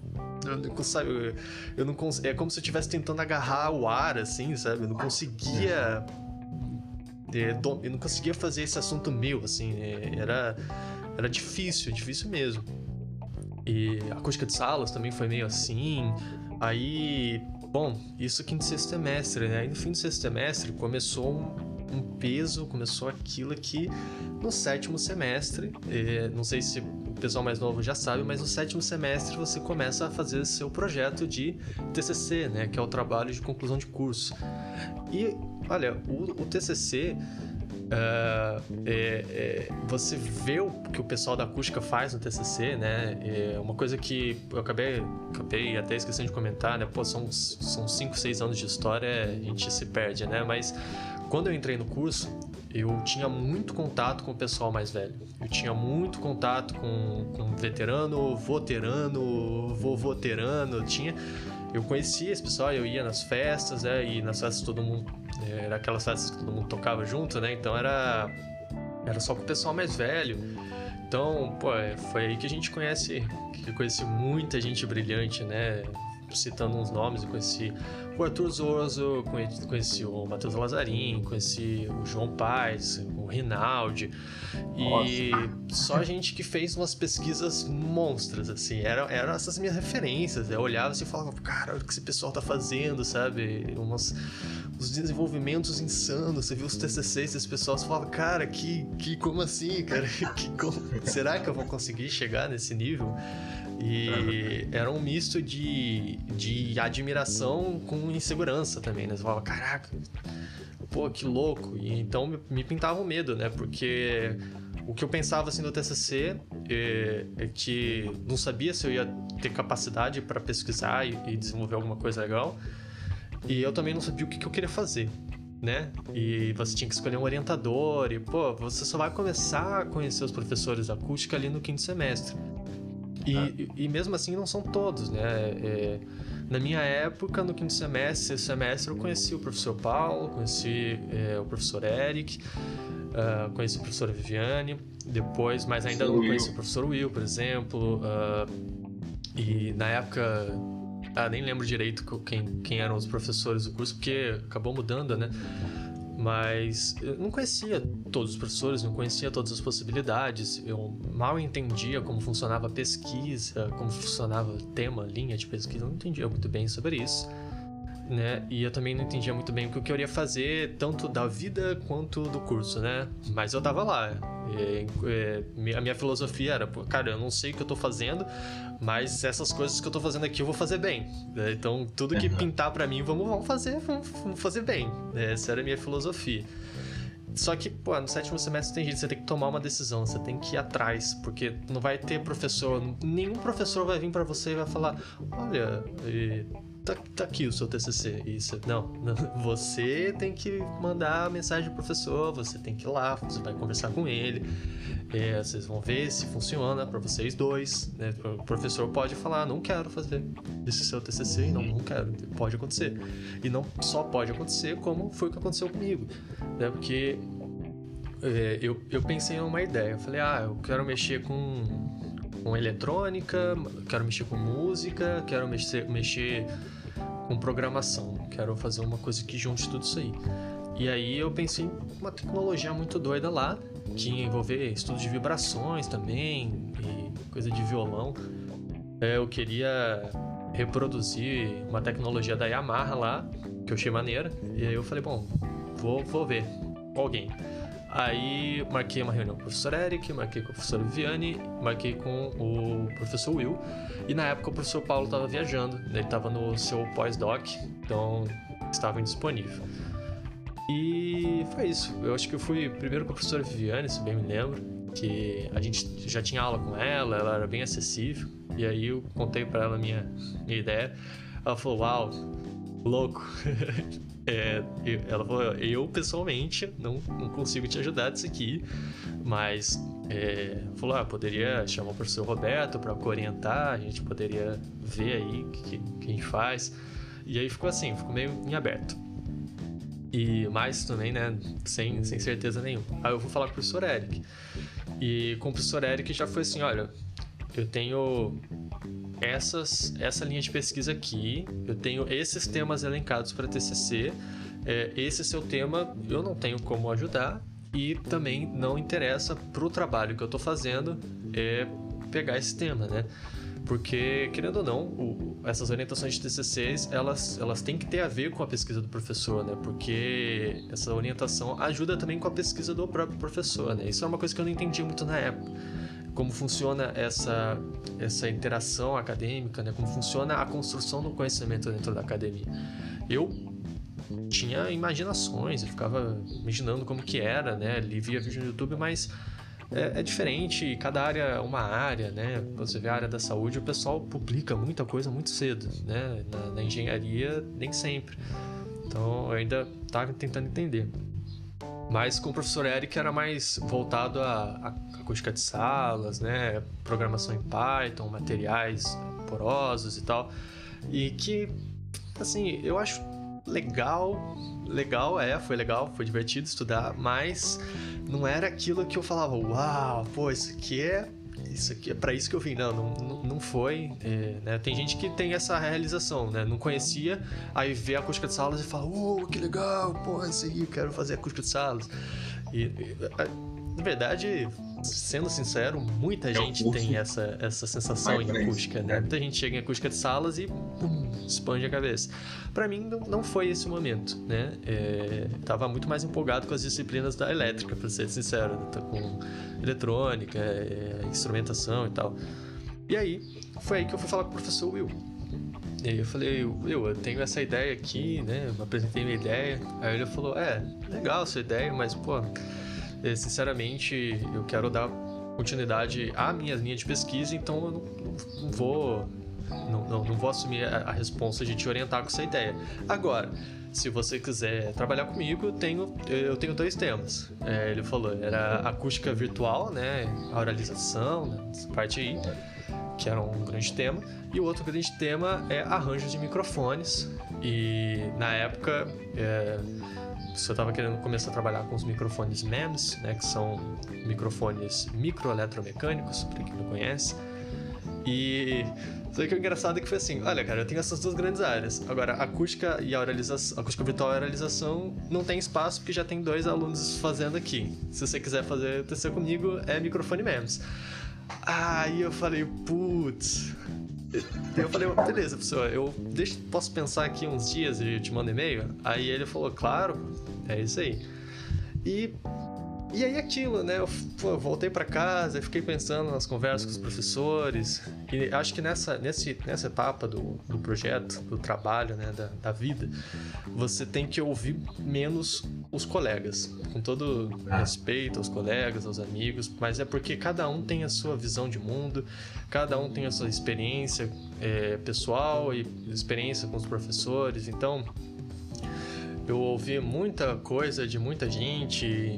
é como se eu estivesse tentando agarrar o ar, assim, sabe? Eu não conseguia fazer esse assunto meu, assim, era difícil mesmo. E a acústica de salas também foi meio assim. Aí, bom, isso quinto e sexto semestre, né? Aí no fim do sexto semestre começou um peso, começou aquilo que no sétimo semestre, não sei se o pessoal mais novo já sabe, mas no sétimo semestre você começa a fazer seu projeto de TCC, né? Que é o trabalho de conclusão de curso. E, olha, o TCC... você vê o que o pessoal da acústica faz no TCC, né? É uma coisa que eu acabei até esquecendo de comentar, né? Pô, são 5, 6 anos de história, a gente se perde, né? Mas quando eu entrei no curso, eu tinha muito contato com o pessoal mais velho. Eu tinha muito contato com veterano, vovoterano, eu conhecia esse pessoal, eu ia nas festas, né? E nas festas todo mundo... Era aquelas festas que todo mundo tocava junto, né? Então era só com o pessoal mais velho. Então, pô, foi aí que a gente conheci muita gente brilhante, né? Citando uns nomes, eu conheci o Arthur Zorzo, conheci o Matheus Lazarin, conheci o João Paes, o Rinaldi. E só gente que fez umas pesquisas monstras, assim, eram essas minhas referências. Eu olhava assim e falava, cara, olha o que esse pessoal tá fazendo, sabe? Os desenvolvimentos insanos, você viu os TCCs desse pessoal, você falava, cara, como assim, cara? Será que eu vou conseguir chegar nesse nível? E era um misto de admiração com insegurança também, né? Você falava, caraca, pô, que louco. E então me pintava um medo, né? Porque o que eu pensava assim do TCC é que não sabia se eu ia ter capacidade para pesquisar e desenvolver alguma coisa legal. E eu também não sabia o que eu queria fazer, né? E você tinha que escolher um orientador e, pô, você só vai começar a conhecer os professores da acústica ali no quinto semestre. E mesmo assim não são todos, né? Na minha época, no quinto semestre, eu conheci o professor Paulo, conheci o professor Eric, conheci a professora Viviane, depois, mas ainda não conheci o professor Will, por exemplo. E na época, nem lembro direito quem eram os professores do curso, porque acabou mudando, né? Mas eu não conhecia todos os professores, não conhecia todas as possibilidades, eu mal entendia como funcionava a pesquisa, como funcionava o tema, linha de pesquisa, eu não entendia muito bem sobre isso, né? E eu também não entendia muito bem o que eu queria fazer, tanto da vida quanto do curso, né? Mas eu tava lá, a minha filosofia era, cara, eu não sei o que eu tô fazendo, mas essas coisas que eu tô fazendo aqui eu vou fazer bem, né? Então tudo que pintar pra mim, vamos fazer bem, né? Essa era a minha filosofia. Só que, pô, no sétimo semestre tem jeito, você tem que tomar uma decisão, você tem que ir atrás, porque não vai ter professor, nenhum professor vai vir pra você e vai falar, olha, tá aqui o seu TCC. Isso, não, você tem que mandar a mensagem pro professor, você tem que ir lá, você vai conversar com ele, vocês vão ver se funciona pra vocês dois, né? O professor pode falar, não quero fazer esse seu TCC, não quero, pode acontecer. E não só pode acontecer, como foi o que aconteceu comigo, né? Porque eu pensei em uma ideia, eu falei, eu quero mexer com eletrônica, quero mexer com música, quero mexer com programação, quero fazer uma coisa que junte tudo isso aí. E aí eu pensei em uma tecnologia muito doida lá, que ia envolver estudo de vibrações também, e coisa de violão. Eu queria reproduzir uma tecnologia da Yamaha lá, que eu achei maneira, e aí eu falei, bom, vou ver com alguém. Aí marquei uma reunião com o professor Eric, marquei com a professora Viviane, marquei com o professor Will. E na época o professor Paulo estava viajando, ele estava no seu pós-doc, então estava indisponível. E foi isso. Eu acho que eu fui primeiro com a professora Viviane, se bem me lembro, que a gente já tinha aula com ela, ela era bem acessível. E aí eu contei para ela a minha ideia. Ela falou, uau, louco. Ela falou, eu pessoalmente não consigo te ajudar disso aqui, mas falou, poderia chamar o professor Roberto para orientar, a gente poderia ver aí o que a gente faz. E aí ficou assim, ficou meio em aberto. E mais também, né, sem certeza nenhuma. Aí eu vou falar com o professor Eric. E com o professor Eric já foi assim, olha, eu tenho essa linha de pesquisa aqui, eu tenho esses temas elencados para TCC, esse seu tema eu não tenho como ajudar e também não interessa para o trabalho que eu estou fazendo pegar esse tema, né? Porque, querendo ou não, essas orientações de TCCs, elas têm que ter a ver com a pesquisa do professor, né? Porque essa orientação ajuda também com a pesquisa do próprio professor, né? Isso é uma coisa que eu não entendi muito na época. Como funciona essa interação acadêmica, né? Como funciona a construção do conhecimento dentro da academia. Eu tinha imaginações, eu ficava imaginando como que era, né? Ali via vídeo no YouTube, mas é diferente, cada área é uma área, né? Você vê a área da saúde, o pessoal publica muita coisa muito cedo, né? Na engenharia, nem sempre. Então, eu ainda estava tentando entender. Mas com o professor Eric era mais voltado a acústica de salas, né? Programação em Python, materiais porosos e tal. E que, assim, eu acho foi legal, foi divertido estudar, mas não era aquilo que eu falava, uau, pô, isso aqui é pra isso que eu vim. Não foi, né? Tem gente que tem essa realização, né? Não conhecia, aí vê a acústica de salas e fala, que legal, pô, isso aí, eu quero fazer acústica de salas. E na verdade, sendo sincero, muita gente tem essa sensação em acústica, né? Muita gente chega em acústica de salas e expande a cabeça. Pra mim, não foi esse o momento, né? Tava muito mais empolgado com as disciplinas da elétrica, pra ser sincero, né? Com eletrônica, instrumentação e tal. E aí, foi aí que eu fui falar com o professor Will. E aí eu falei, Will, eu tenho essa ideia aqui, né? Eu apresentei minha ideia. Aí ele falou, legal a sua ideia, mas, pô, sinceramente, eu quero dar continuidade à minha linha de pesquisa, então eu não vou assumir a responsa de te orientar com essa ideia. Agora, se você quiser trabalhar comigo, eu tenho 2 temas. Ele falou, era acústica virtual, né, a oralização, né, essa parte aí, que era um grande tema, e o outro grande tema é arranjos de microfones. E na época eu estava querendo começar a trabalhar com os microfones MEMS, né, que são microfones microeletromecânicos, para quem não conhece. E só que o engraçado é que foi assim, olha, cara, eu tenho essas 2 grandes áreas. Agora, a acústica e a oralização, acústica virtual e a oralização não tem espaço porque já tem 2 alunos fazendo aqui. Se você quiser fazer TCC comigo, é microfone MEMS. Aí eu falei, putz. Eu falei, beleza, professor, posso pensar aqui uns dias e eu te mando e-mail? Aí ele falou, claro, é isso aí. E aí aquilo, né? Eu voltei para casa, fiquei pensando nas conversas com os professores. E acho que nessa etapa do projeto, do trabalho, né? Da vida, você tem que ouvir menos os colegas. Com todo respeito aos colegas, aos amigos. Mas é porque cada um tem a sua visão de mundo. Cada um tem a sua experiência pessoal e experiência com os professores. Então, eu ouvi muita coisa de muita gente...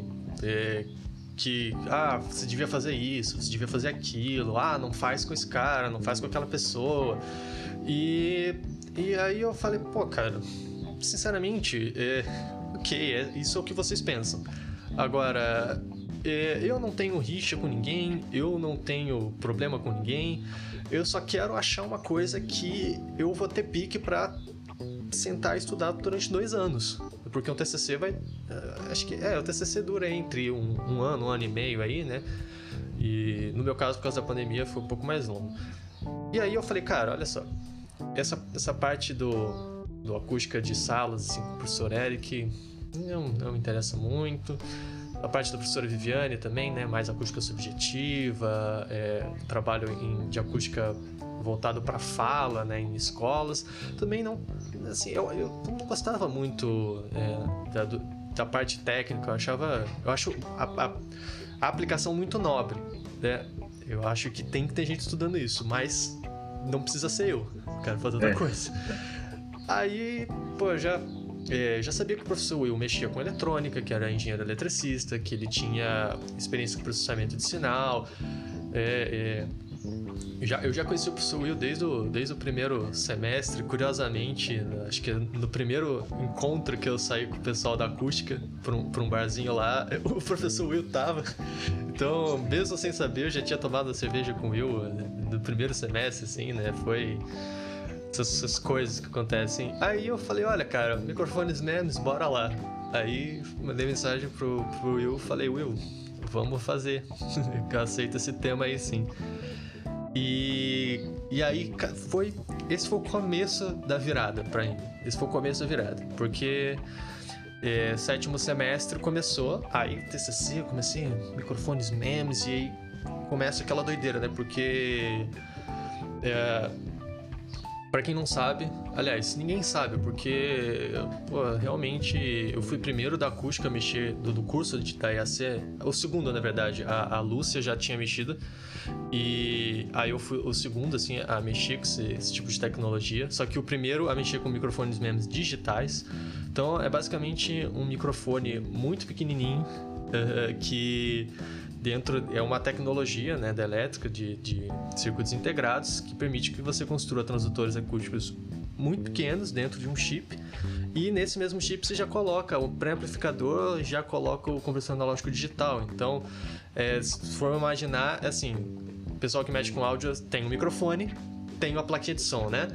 que você devia fazer isso, você devia fazer aquilo, não faz com esse cara, não faz com aquela pessoa. E aí eu falei, pô, cara, sinceramente, isso é o que vocês pensam. Agora, eu não tenho rixa com ninguém, eu não tenho problema com ninguém, eu só quero achar uma coisa que eu vou ter pique pra sentar e estudar durante 2 anos. Porque o TCC acho que o TCC dura entre um ano e meio aí, né? E no meu caso, por causa da pandemia, foi um pouco mais longo. E aí eu falei, cara, olha só, essa parte do acústica de salas, assim, com o professor Eric, não me interessa muito. a parte da professora Viviane também, né? Mais acústica subjetiva, trabalho de acústica voltado para fala, né? Em escolas. Também não, assim, eu não gostava muito da parte técnica. Eu acho a aplicação muito nobre, né? Eu acho que tem que ter gente estudando isso, mas não precisa ser eu quero fazer outra coisa. Aí, pô, já sabia que o professor Will mexia com eletrônica, que era engenheiro eletricista, que ele tinha experiência com processamento de sinal. Eu já conheci o professor Will desde o primeiro semestre. Curiosamente, acho que no primeiro encontro que eu saí com o pessoal da acústica pra um barzinho lá, o professor Will tava. Então, mesmo sem saber, eu já tinha tomado a cerveja com o Will no primeiro semestre, assim, né? Foi essas coisas que acontecem. Aí eu falei, olha, cara, microfones menos, bora lá. Aí mandei mensagem pro Will, falei, Will, vamos fazer. Eu aceito esse tema aí, sim. E aí esse foi o começo da virada pra mim. Esse foi o começo da virada. Porque sétimo semestre começou, aí TCC, comecei microfones memes, e aí começa aquela doideira, né? Porque pra quem não sabe, aliás, ninguém sabe, porque realmente eu fui primeiro da acústica a mexer, do curso da IAC, o segundo, na verdade, a Lúcia já tinha mexido, e aí eu fui o segundo, assim, a mexer com esse tipo de tecnologia, só que o primeiro a mexer com microfones mesmo digitais. Então é basicamente um microfone muito pequenininho, que dentro é uma tecnologia, né, da elétrica de circuitos integrados que permite que você construa transdutores acústicos muito pequenos dentro de um chip, e nesse mesmo chip você já coloca o pré-amplificador, já coloca o conversor analógico digital. Então, se for imaginar, assim, o pessoal que mexe com áudio tem um microfone, tem uma plaquinha de som, né?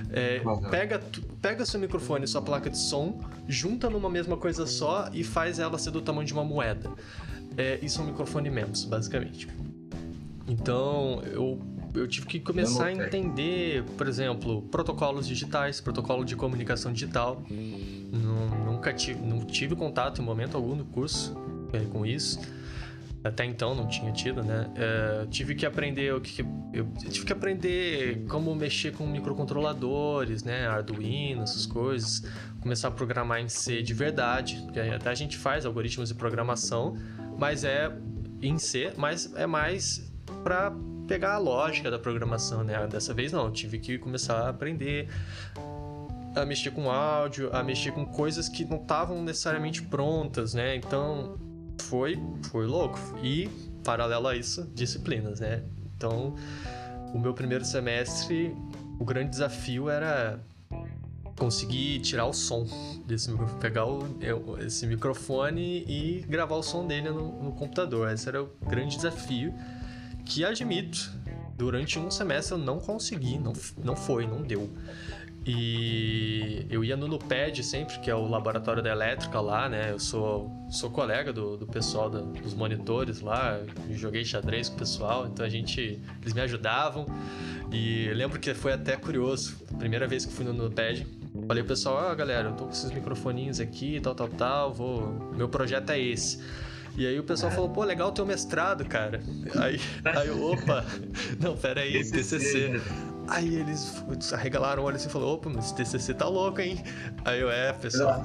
Pega seu microfone e sua placa de som, junta numa mesma coisa só e faz ela ser do tamanho de uma moeda. Isso é um microfone MEMS, basicamente. Então, eu tive que começar a entender, por exemplo, protocolos digitais, protocolo de comunicação digital. Não tive contato em momento algum no curso com isso. Até então não tinha tido, né? Tive que aprender tive que aprender como mexer com microcontroladores, né? Arduino, essas coisas. Começar a programar em C de verdade, porque até a gente faz algoritmos de programação, mas em C, mas é mais para pegar a lógica da programação, né? Dessa vez não, eu tive que começar a aprender a mexer com áudio, a mexer com coisas que não estavam necessariamente prontas, né? Então foi louco. E, paralelo a isso, disciplinas, né? Então, o meu primeiro semestre, o grande desafio era conseguir tirar o som desse microfone, pegar esse microfone e gravar o som dele no computador. Esse era o grande desafio, que admito, durante um semestre eu não consegui, não deu. E eu ia no NUPED sempre, que é o laboratório da elétrica lá, né? Eu sou colega do pessoal dos monitores lá, joguei xadrez com o pessoal, então eles me ajudavam. E eu lembro que foi até curioso, primeira vez que fui no NUPED, falei pro pessoal, galera, eu tô com esses microfoninhos aqui, tal, meu projeto é esse. E aí o pessoal falou, pô, legal o teu mestrado, cara. Aí eu, opa, não, pera aí, TCC. Aí eles arregalaram o olho assim e falaram, opa, mas esse TCC tá louco, hein? Aí eu, pessoal,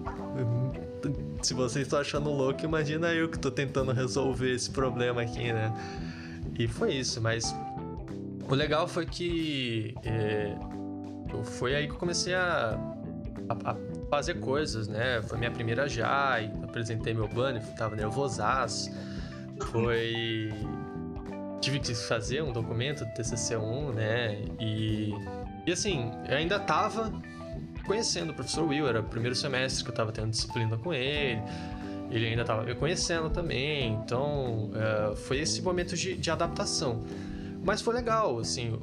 se vocês estão achando louco, imagina eu que tô tentando resolver esse problema aqui, né? E foi isso, mas o legal foi que foi aí que eu comecei a fazer coisas, né? Foi minha primeira JAI, apresentei meu banner, tava nervosaço, tive que fazer um documento do TCC1, né? E assim, eu ainda tava conhecendo o professor Will, era o primeiro semestre que eu tava tendo disciplina com ele ainda tava me conhecendo também, então foi esse momento de adaptação. Mas foi legal, assim,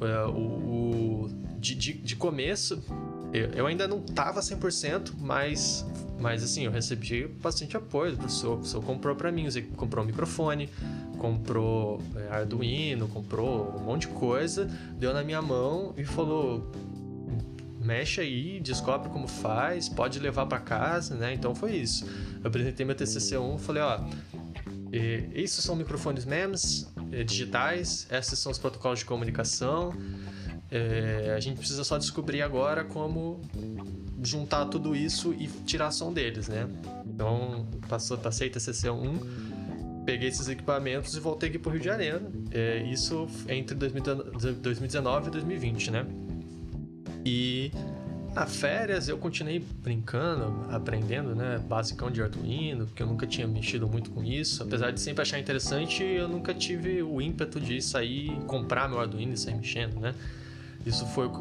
de começo, eu ainda não tava 100%, mas assim, eu recebi bastante apoio do professor. O professor comprou pra mim, comprou um microfone, comprou Arduino, comprou um monte de coisa, deu na minha mão e falou, mexe aí, descobre como faz, pode levar pra casa, né? Então foi isso. Eu apresentei meu TCC1, falei, Isso são microfones MEMS digitais, esses são os protocolos de comunicação. A gente precisa só descobrir agora como juntar tudo isso e tirar som deles, né? Então, passei TCC1, peguei esses equipamentos e voltei aqui pro Rio de Janeiro. Isso entre 2019 e 2020, né? E na férias eu continuei brincando, aprendendo, né? Basicão de Arduino, porque eu nunca tinha mexido muito com isso. Apesar de sempre achar interessante, eu nunca tive o ímpeto de sair, comprar meu Arduino e sair mexendo, né? Isso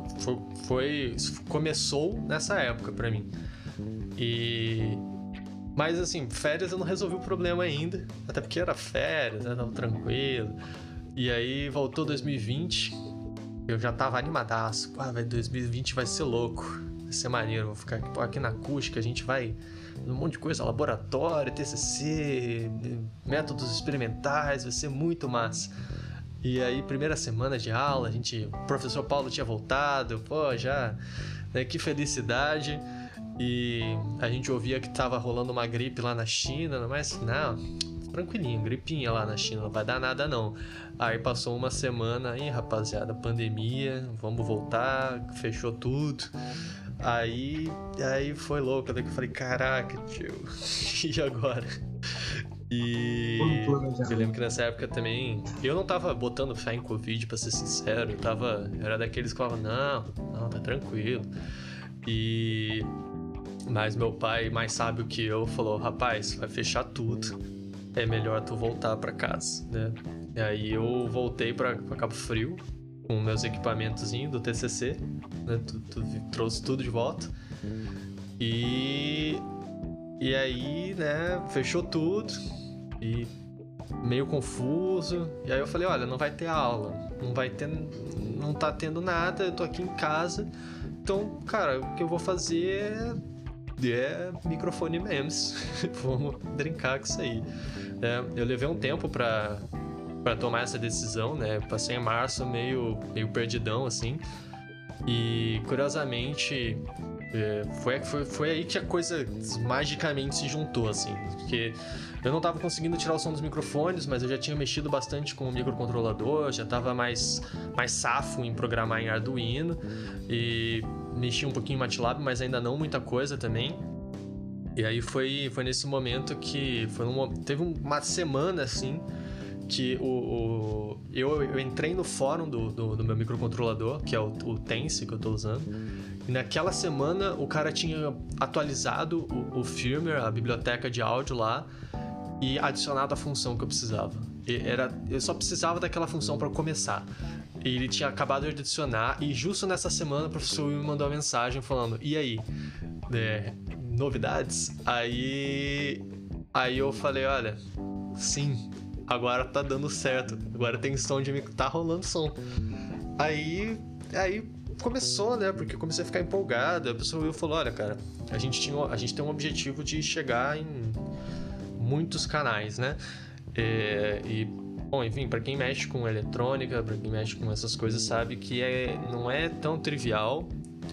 começou nessa época pra mim. Mas assim, férias eu não resolvi o problema ainda. Até porque era férias, né? Tava tranquilo. E aí voltou 2020. Eu já tava animadaço. 2020 vai ser louco. Vai ser maneiro. Vou ficar aqui na acústica. A gente vai um monte de coisa. Laboratório, TCC, métodos experimentais. Vai ser muito massa. E aí, primeira semana de aula, o professor Paulo tinha voltado. Né, que felicidade. E a gente ouvia que tava rolando uma gripe lá na China. Mas não, tranquilinho, gripinha lá na China. Não vai dar nada não. Aí passou uma semana, aí rapaziada, pandemia, vamos voltar, fechou tudo. Aí foi louco, daí que eu falei, caraca, tio, e agora? E eu lembro que nessa época também, eu não tava botando fé em Covid, pra ser sincero, era daqueles que falavam, não, tá tranquilo. Mas meu pai, mais sábio que eu, falou, rapaz, vai fechar tudo, é melhor tu voltar pra casa, né? E aí eu voltei pra Cabo Frio com meus equipamentozinhos do TCC, né? Trouxe tudo de volta. E aí, né, fechou tudo e meio confuso. E aí eu falei, olha, não vai ter aula, não tá tendo nada, eu tô aqui em casa. Então, cara, o que eu vou fazer é microfone MEMS. Vamos brincar com isso aí. Eu levei um tempo pra tomar essa decisão, né? Passei em março meio perdidão, assim. E, curiosamente, foi aí que a coisa magicamente se juntou, assim. Porque eu não tava conseguindo tirar o som dos microfones, mas eu já tinha mexido bastante com o microcontrolador, já tava mais safo em programar em Arduino. E mexi um pouquinho em MATLAB, mas ainda não muita coisa também. E aí foi nesse momento que... teve uma semana, assim, que eu entrei no fórum do meu microcontrolador, que é o Tense que eu tô usando, e naquela semana o cara tinha atualizado o firmware, a biblioteca de áudio lá, e adicionado a função que eu precisava. Eu só precisava daquela função para começar. E ele tinha acabado de adicionar, e justo nessa semana o professor me mandou uma mensagem falando, e aí, novidades? Aí eu falei, olha, sim, agora tá dando certo, agora tem som tá rolando som. Aí começou, né, porque eu comecei a ficar empolgado, a pessoa falou, olha, cara, a gente tem um objetivo de chegar em muitos canais, né, bom, enfim, pra quem mexe com eletrônica, pra quem mexe com essas coisas, sabe que não é tão trivial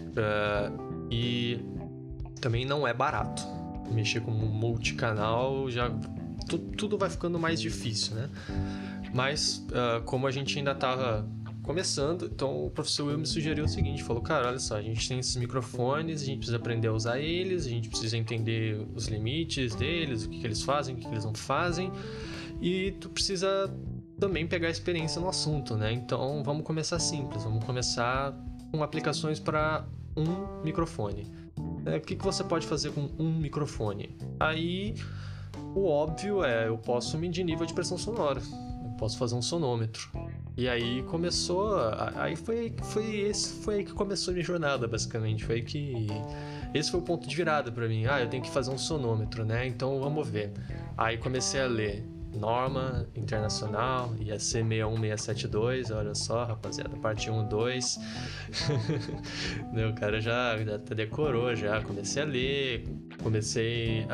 e também não é barato. Mexer com um multicanal tudo vai ficando mais difícil, né? Mas como a gente ainda tava começando, então o professor Will me sugeriu o seguinte, falou, cara, olha só, a gente tem esses microfones, a gente precisa aprender a usar eles, a gente precisa entender os limites deles, o que eles fazem, o que eles não fazem, e tu precisa também pegar experiência no assunto, né? Então vamos começar simples, vamos começar com aplicações para um microfone. O que você pode fazer com um microfone? Aí o óbvio eu posso medir nível de pressão sonora, eu posso fazer um sonômetro. E aí começou, foi aí que começou a minha jornada, basicamente. Esse foi o ponto de virada para mim. Eu tenho que fazer um sonômetro, né? Então vamos ver. Aí comecei a ler norma internacional, IEC 61672, olha só, rapaziada, parte 1, 2. O cara já decorou, já comecei a ler, comecei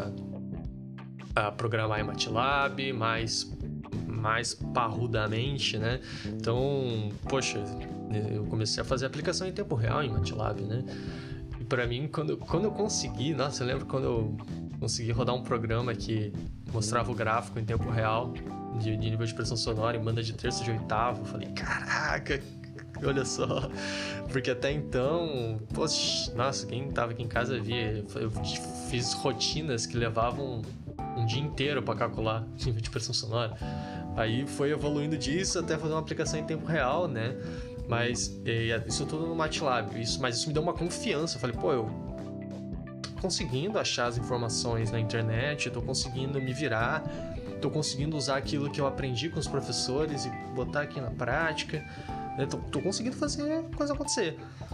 a programar em MATLAB, mais parrudamente, né? Então, poxa, eu comecei a fazer aplicação em tempo real em MATLAB, né? E pra mim, quando eu consegui, nossa, eu lembro quando eu consegui rodar um programa que mostrava o gráfico em tempo real de nível de pressão sonora em banda de terça de oitavo. Eu falei, caraca, olha só. Porque até então, poxa, nossa, quem tava aqui em casa via. Eu fiz rotinas que levavam um dia inteiro para calcular nível de pressão sonora. Aí foi evoluindo disso até fazer uma aplicação em tempo real, né? Mas isso tudo no MATLAB. Mas isso me deu uma confiança. Eu falei, pô, eu tô conseguindo achar as informações na internet, tô conseguindo me virar, tô conseguindo usar aquilo que eu aprendi com os professores e botar aqui na prática, né? Tô conseguindo fazer a coisa acontecer.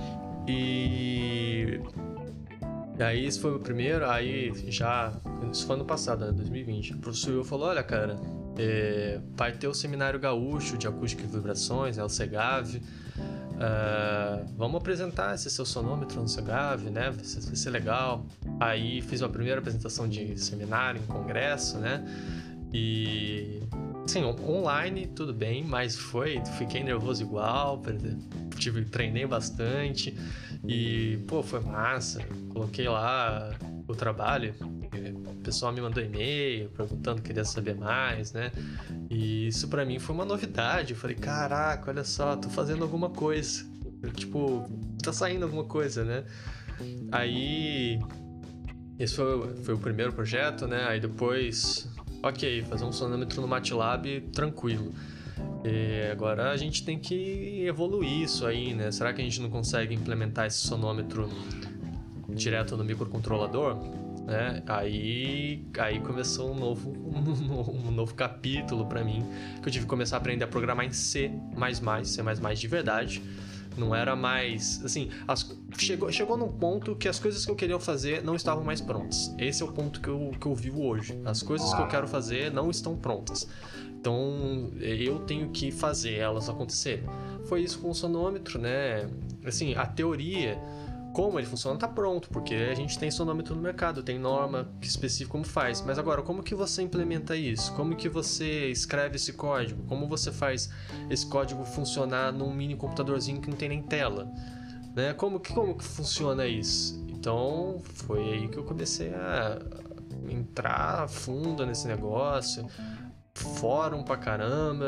E aí esse foi o primeiro, aí já... Isso foi ano passado, né? 2020. O professor Will falou, olha, cara, vai ter o Seminário Gaúcho de Acústica e Vibrações, né? O SEGAV. Vamos apresentar esse seu sonômetro no SEGAV, né? Vai ser legal. Aí fiz uma primeira apresentação de seminário em congresso, né? E... Sim, online, tudo bem, mas fiquei nervoso igual, treinei bastante e, pô, foi massa. Coloquei lá o trabalho, o pessoal me mandou e-mail perguntando, queria saber mais, né? E isso pra mim foi uma novidade. Eu falei, caraca, olha só, tô fazendo alguma coisa. Tipo, tá saindo alguma coisa, né? Aí, esse foi o primeiro projeto, né? Aí depois... Ok, fazer um sonômetro no MATLAB tranquilo. E agora a gente tem que evoluir isso aí, né? Será que a gente não consegue implementar esse sonômetro direto no microcontrolador? Né? Aí começou um novo capítulo para mim, que eu tive que começar a aprender a programar em C++, C++ de verdade. Não era mais... Assim, chegou num ponto que as coisas que eu queria fazer não estavam mais prontas. Esse é o ponto que eu vivo hoje. As coisas que eu quero fazer não estão prontas. Então, eu tenho que fazer elas acontecerem. Foi isso com o sonômetro, né? Assim, a teoria... Como ele funciona tá pronto, porque a gente tem sonômetro no mercado, tem norma que especifica como faz. Mas agora, como que você implementa isso? Como que você escreve esse código? Como você faz esse código funcionar num mini computadorzinho que não tem nem tela? Né? Como que funciona isso? Então, foi aí que eu comecei a entrar a fundo nesse negócio. Fórum pra caramba,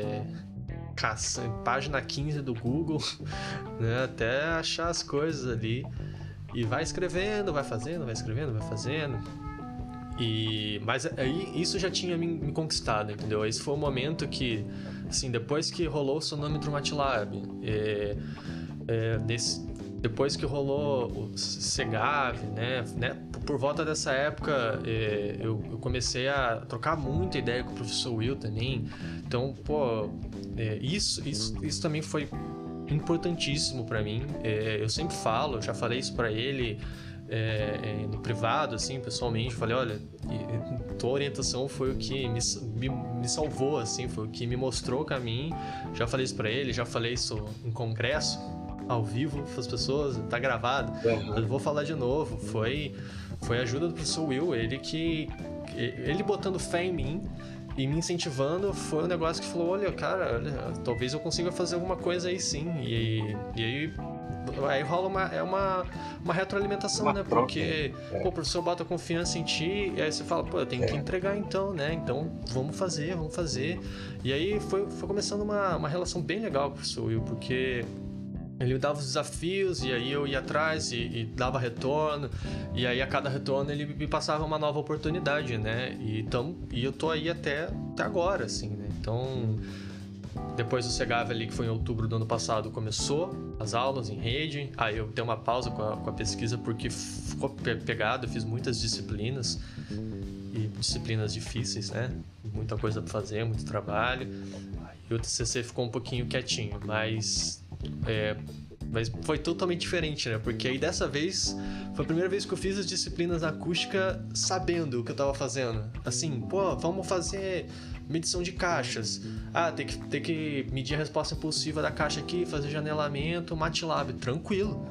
página 15 do Google, né? Até achar as coisas ali e vai escrevendo, vai fazendo. Mas aí isso já tinha me conquistado, entendeu? Esse foi o momento que, assim, depois que rolou o sonômetro MATLAB, depois que rolou o SEGAV, né? Por volta dessa época, eu comecei a trocar muita ideia com o professor Will também. Então, pô, isso também foi importantíssimo para mim. Eu sempre falo, eu já falei isso para ele no privado, assim, pessoalmente. Falei, olha, tua orientação foi o que me salvou, assim, foi o que me mostrou o caminho. Já falei isso para ele, já falei isso em congresso, ao vivo para as pessoas, tá gravado. Eu vou falar de novo. Foi a ajuda do professor Will, ele botando fé em mim e me incentivando. Foi um negócio que falou, olha, cara, talvez eu consiga fazer alguma coisa aí sim. E aí rola uma retroalimentação, né? Troca, porque o professor bota confiança em ti e aí você fala, pô, eu tenho que entregar então, né? Então vamos fazer. E aí foi começando uma relação bem legal com o professor Will, porque ele me dava os desafios e aí eu ia atrás e dava retorno, e aí a cada retorno ele me passava uma nova oportunidade, né? E eu tô aí até agora, assim, né? Então, depois do SEGAV ali, que foi em outubro do ano passado, começou as aulas em rede. Aí eu dei uma pausa com a pesquisa porque ficou pegado, eu fiz muitas disciplinas, e disciplinas difíceis, né? Muita coisa para fazer, muito trabalho. E o TCC ficou um pouquinho quietinho, mas foi totalmente diferente, né? Porque aí dessa vez foi a primeira vez que eu fiz as disciplinas na acústica sabendo o que eu tava fazendo. Assim, pô, vamos fazer medição de caixas. Tem que medir a resposta impulsiva da caixa aqui, fazer janelamento, MATLAB. Tranquilo.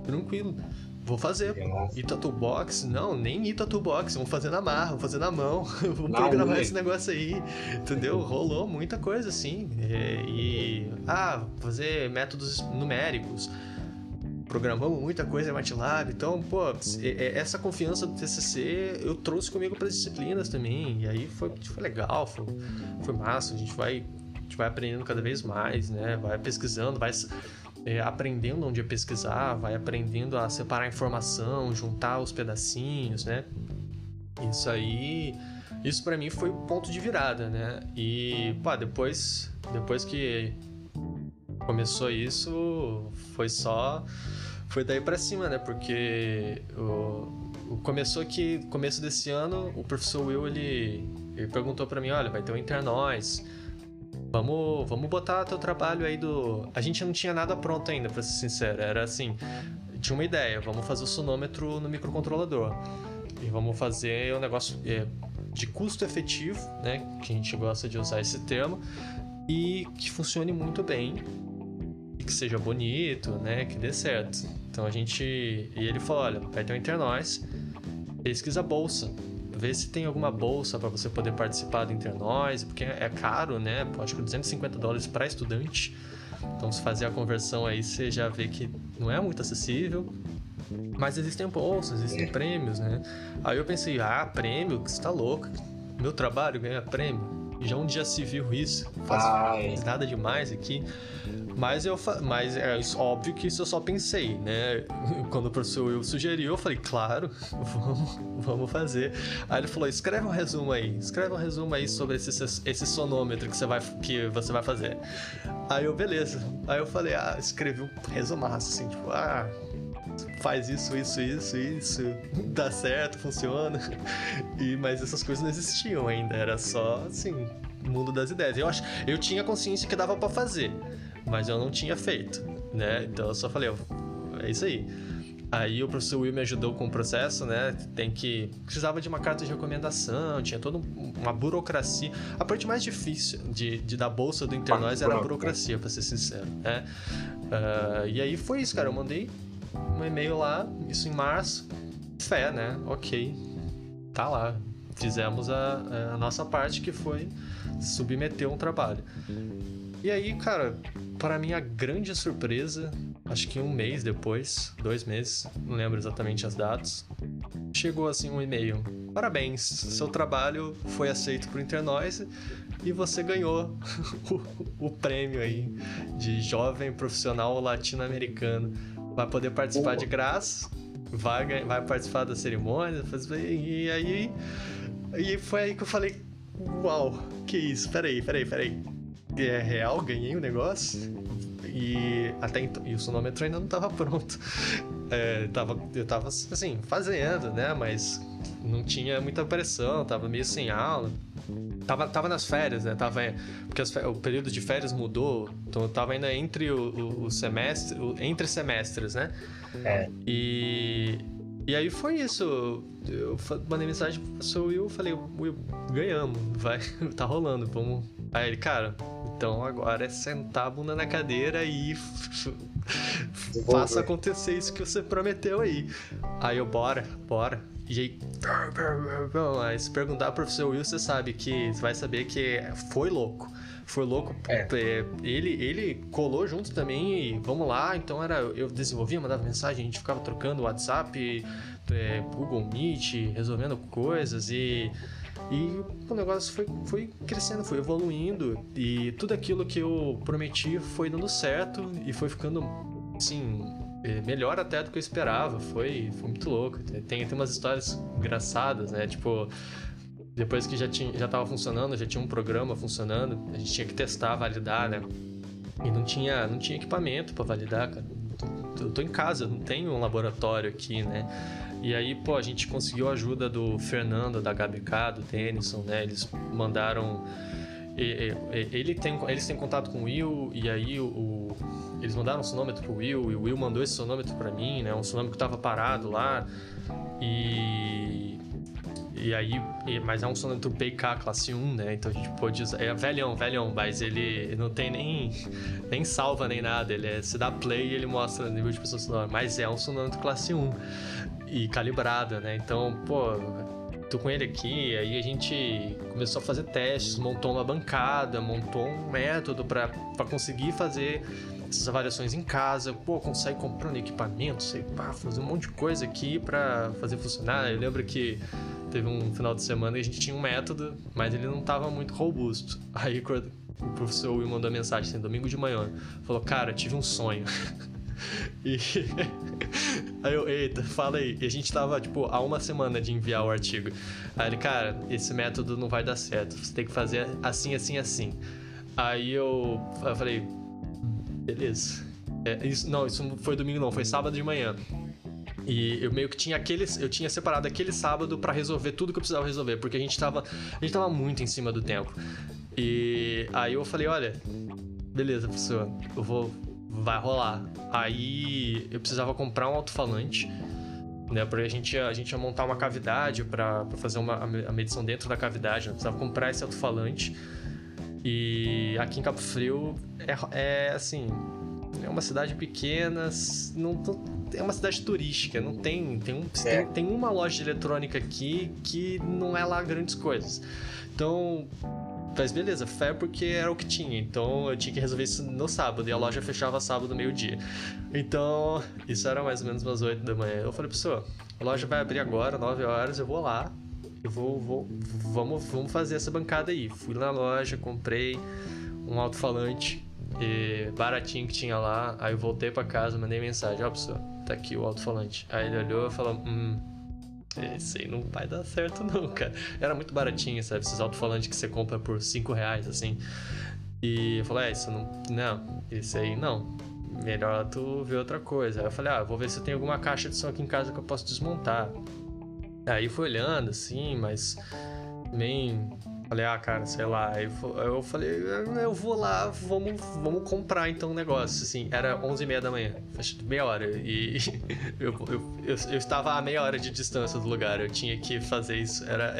Vou fazer. Itatobox? Não, nem Itatobox. Vamos fazer na marra, vamos fazer na mão. Vamos programar esse negócio aí. Entendeu? Rolou muita coisa assim. Fazer métodos numéricos. programamos muita coisa em MATLAB, então, pô, essa confiança do TCC eu trouxe comigo para as disciplinas também, e aí foi legal, foi massa, a gente vai aprendendo cada vez mais, né, vai pesquisando, vai aprendendo onde pesquisar, vai aprendendo a separar a informação, juntar os pedacinhos, né, isso para mim foi o ponto de virada, né, e, pô, depois que começou isso, foi daí pra cima, né? Porque começo desse ano, o professor Will, ele perguntou pra mim, olha, vai ter um Internós, vamos botar teu trabalho aí A gente não tinha nada pronto ainda, pra ser sincero, era assim, tinha uma ideia, vamos fazer o sonômetro no microcontrolador, e vamos fazer um negócio de custo efetivo, né? Que a gente gosta de usar esse termo, e que funcione muito bem, que seja bonito, né, que dê certo. Então e ele falou, olha, vai ter um Internós, pesquisa bolsa, vê se tem alguma bolsa para você poder participar do Internós, porque é caro, né, acho que $250 para estudante, então se fazer a conversão aí, você já vê que não é muito acessível, mas existem bolsas, existem prêmios, né. Aí eu pensei, prêmio, você tá louco, meu trabalho ganha prêmio, já onde já se viu isso, faz nada demais aqui. Mas é óbvio que isso eu só pensei, né? Quando o professor Will sugeriu, eu falei, claro, vamos fazer. Aí ele falou, escreve um resumo aí sobre esse sonômetro que você vai fazer. Aí eu, beleza. Aí eu falei, escrevi um resumaço, assim, tipo, faz isso, dá certo, funciona. Mas essas coisas não existiam ainda, era só, assim, mundo das ideias. Eu tinha consciência que dava pra fazer, mas eu não tinha feito, né? Então eu só falei, é isso aí. Aí o professor Will me ajudou com o processo, né? Precisava de uma carta de recomendação, tinha toda uma burocracia. A parte mais difícil da bolsa do Internós era a burocracia, pra ser sincero, né? E aí foi isso, cara. Eu mandei um e-mail lá, isso em março. Fé, né? Ok. Tá lá. Fizemos a nossa parte, que foi submeter um trabalho. E aí, cara, para minha grande surpresa, acho que 1 mês depois, 2 meses, não lembro exatamente as datas, chegou assim um e-mail. Parabéns, seu trabalho foi aceito pro Internós e você ganhou o prêmio aí de jovem profissional latino-americano. Vai poder participar de graça, vai participar da cerimônia, e foi aí que eu falei, uau, que isso, peraí. É real, ganhei o negócio e até então, e o sonômetro ainda não estava pronto. Eu tava assim, fazendo, né, mas não tinha muita pressão, tava meio sem aula. Tava nas férias, né, porque o período de férias mudou, então eu tava ainda entre o semestre, entre semestres, né. E aí foi isso. Eu mandei mensagem pro professor Will, falei, Will, ganhamos, vai, tá rolando, vamos. Aí ele, cara, então agora é sentar a bunda na cadeira e faça acontecer isso que você prometeu aí. Aí eu, bora. E aí, se perguntar pro professor Will, você vai saber que foi louco. Ele colou junto também e vamos lá. Então eu desenvolvia, mandava mensagem, a gente ficava trocando WhatsApp, Google Meet, resolvendo coisas e o negócio foi crescendo, foi evoluindo e tudo aquilo que eu prometi foi dando certo e foi ficando assim, melhor até do que eu esperava. Foi muito louco. Tem umas histórias engraçadas, né? Tipo, depois que já tava funcionando, já tinha um programa funcionando, a gente tinha que testar, validar, né? E não tinha equipamento para validar, cara. Eu tô em casa, não tenho um laboratório aqui, né? E aí, a gente conseguiu a ajuda do Fernando, da HBK, do Denison, né? Eles mandaram... Eles têm contato com o Will, e aí eles mandaram um sonômetro pro Will, e o Will mandou esse sonômetro pra mim, né? Um sonômetro que tava parado lá. Mas é um sonômetro PK classe 1, né? Então a gente pôde usar. É velhão, mas ele não tem nem salva nem nada. Você dá play e ele mostra o nível de pressão sonora. Mas é um sonômetro classe 1 e calibrado, né? Então, tô com ele aqui, aí a gente começou a fazer testes, montou uma bancada, montou um método para conseguir fazer essas avaliações em casa, consegue comprando equipamento, fazer um monte de coisa aqui para fazer funcionar. Eu lembro que teve um final de semana e a gente tinha um método, mas ele não tava muito robusto. Aí quando o professor Will mandou mensagem, assim, domingo de manhã, falou, cara, tive um sonho. E aí eu, eita, fala aí. E a gente tava, tipo, há uma semana de enviar o artigo. Aí ele, cara, esse método não vai dar certo, você tem que fazer assim, assim, assim. Aí eu falei, beleza. Isso não foi domingo não, foi sábado de manhã. E eu meio que eu tinha separado aquele sábado pra resolver tudo que eu precisava resolver, porque a gente tava muito em cima do tempo. E aí eu falei, olha, beleza, professor, vai rolar. Aí eu precisava comprar um alto-falante, né, porque a gente ia montar uma cavidade pra fazer a medição dentro da cavidade, né? Precisava comprar esse alto-falante. E aqui em Cabo Frio é assim, é uma cidade pequena, é uma cidade turística, não tem uma loja de eletrônica aqui que não é lá grandes coisas. Então, mas beleza, fé porque era o que tinha. Então eu tinha que resolver isso no sábado e a loja fechava sábado meio-dia. Então, isso era mais ou menos umas 8 da manhã. Eu falei, pessoal, a loja vai abrir agora, 9 horas, eu vou lá. Vamos fazer essa bancada aí. Fui na loja, comprei um alto-falante baratinho que tinha lá. Aí eu voltei pra casa, mandei mensagem, pessoal, tá aqui o alto-falante. Aí ele olhou e falou, esse aí não vai dar certo não, cara. Era muito baratinho, sabe? Esses alto-falantes que você compra por R$5, assim. E eu falei, isso não, esse aí não. Melhor tu ver outra coisa. Aí eu falei, vou ver se tem alguma caixa de som aqui em casa que eu posso desmontar. Aí fui olhando, assim, mas nem... Falei, cara, sei lá. Aí eu falei, eu vou lá, vamos comprar então um negócio, assim. Era 11h30 da manhã, meia hora. E eu estava a meia hora de distância do lugar, eu tinha que fazer isso.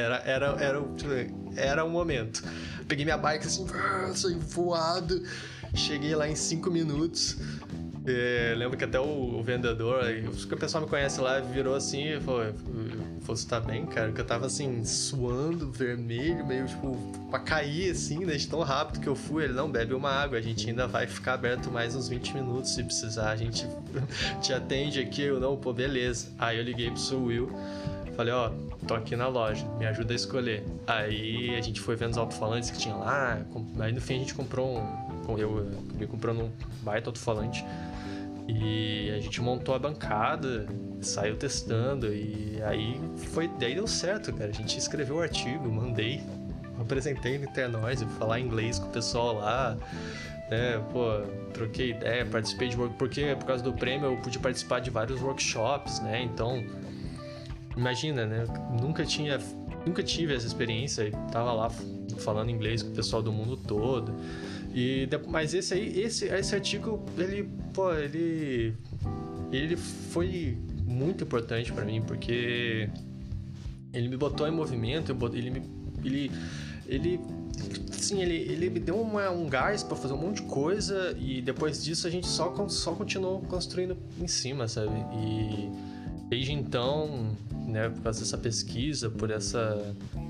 Era um momento. Peguei minha bike, assim, saí voado. Cheguei lá em 5 minutos. Lembro que até o vendedor, que o pessoal me conhece lá, virou assim e falou, você tá bem, cara? Que eu tava assim, suando, vermelho, meio tipo, pra cair assim, né? De tão rápido que eu fui. Ele, não, bebe uma água, a gente ainda vai ficar aberto mais uns 20 minutos se precisar, a gente te atende aqui. Eu, não, beleza. Aí eu liguei pro seu Will, falei, tô aqui na loja, me ajuda a escolher. Aí a gente foi vendo os alto-falantes que tinha lá, aí no fim a gente comprou eu acabei comprando um baita alto-falante. E a gente montou a bancada, saiu testando e daí deu certo, cara. A gente escreveu o artigo, mandei, apresentei no Internoise, fui falar inglês com o pessoal lá, né? Troquei ideia, participei de porque por causa do prêmio eu pude participar de vários workshops, né? Então, imagina, né? Nunca tive essa experiência e tava lá falando inglês com o pessoal do mundo todo. Mas esse artigo, ele foi muito importante para mim, porque ele me botou em movimento, ele me deu um gás para fazer um monte de coisa, e depois disso a gente só continuou construindo em cima, sabe? E desde então, né, por causa dessa pesquisa, por essa...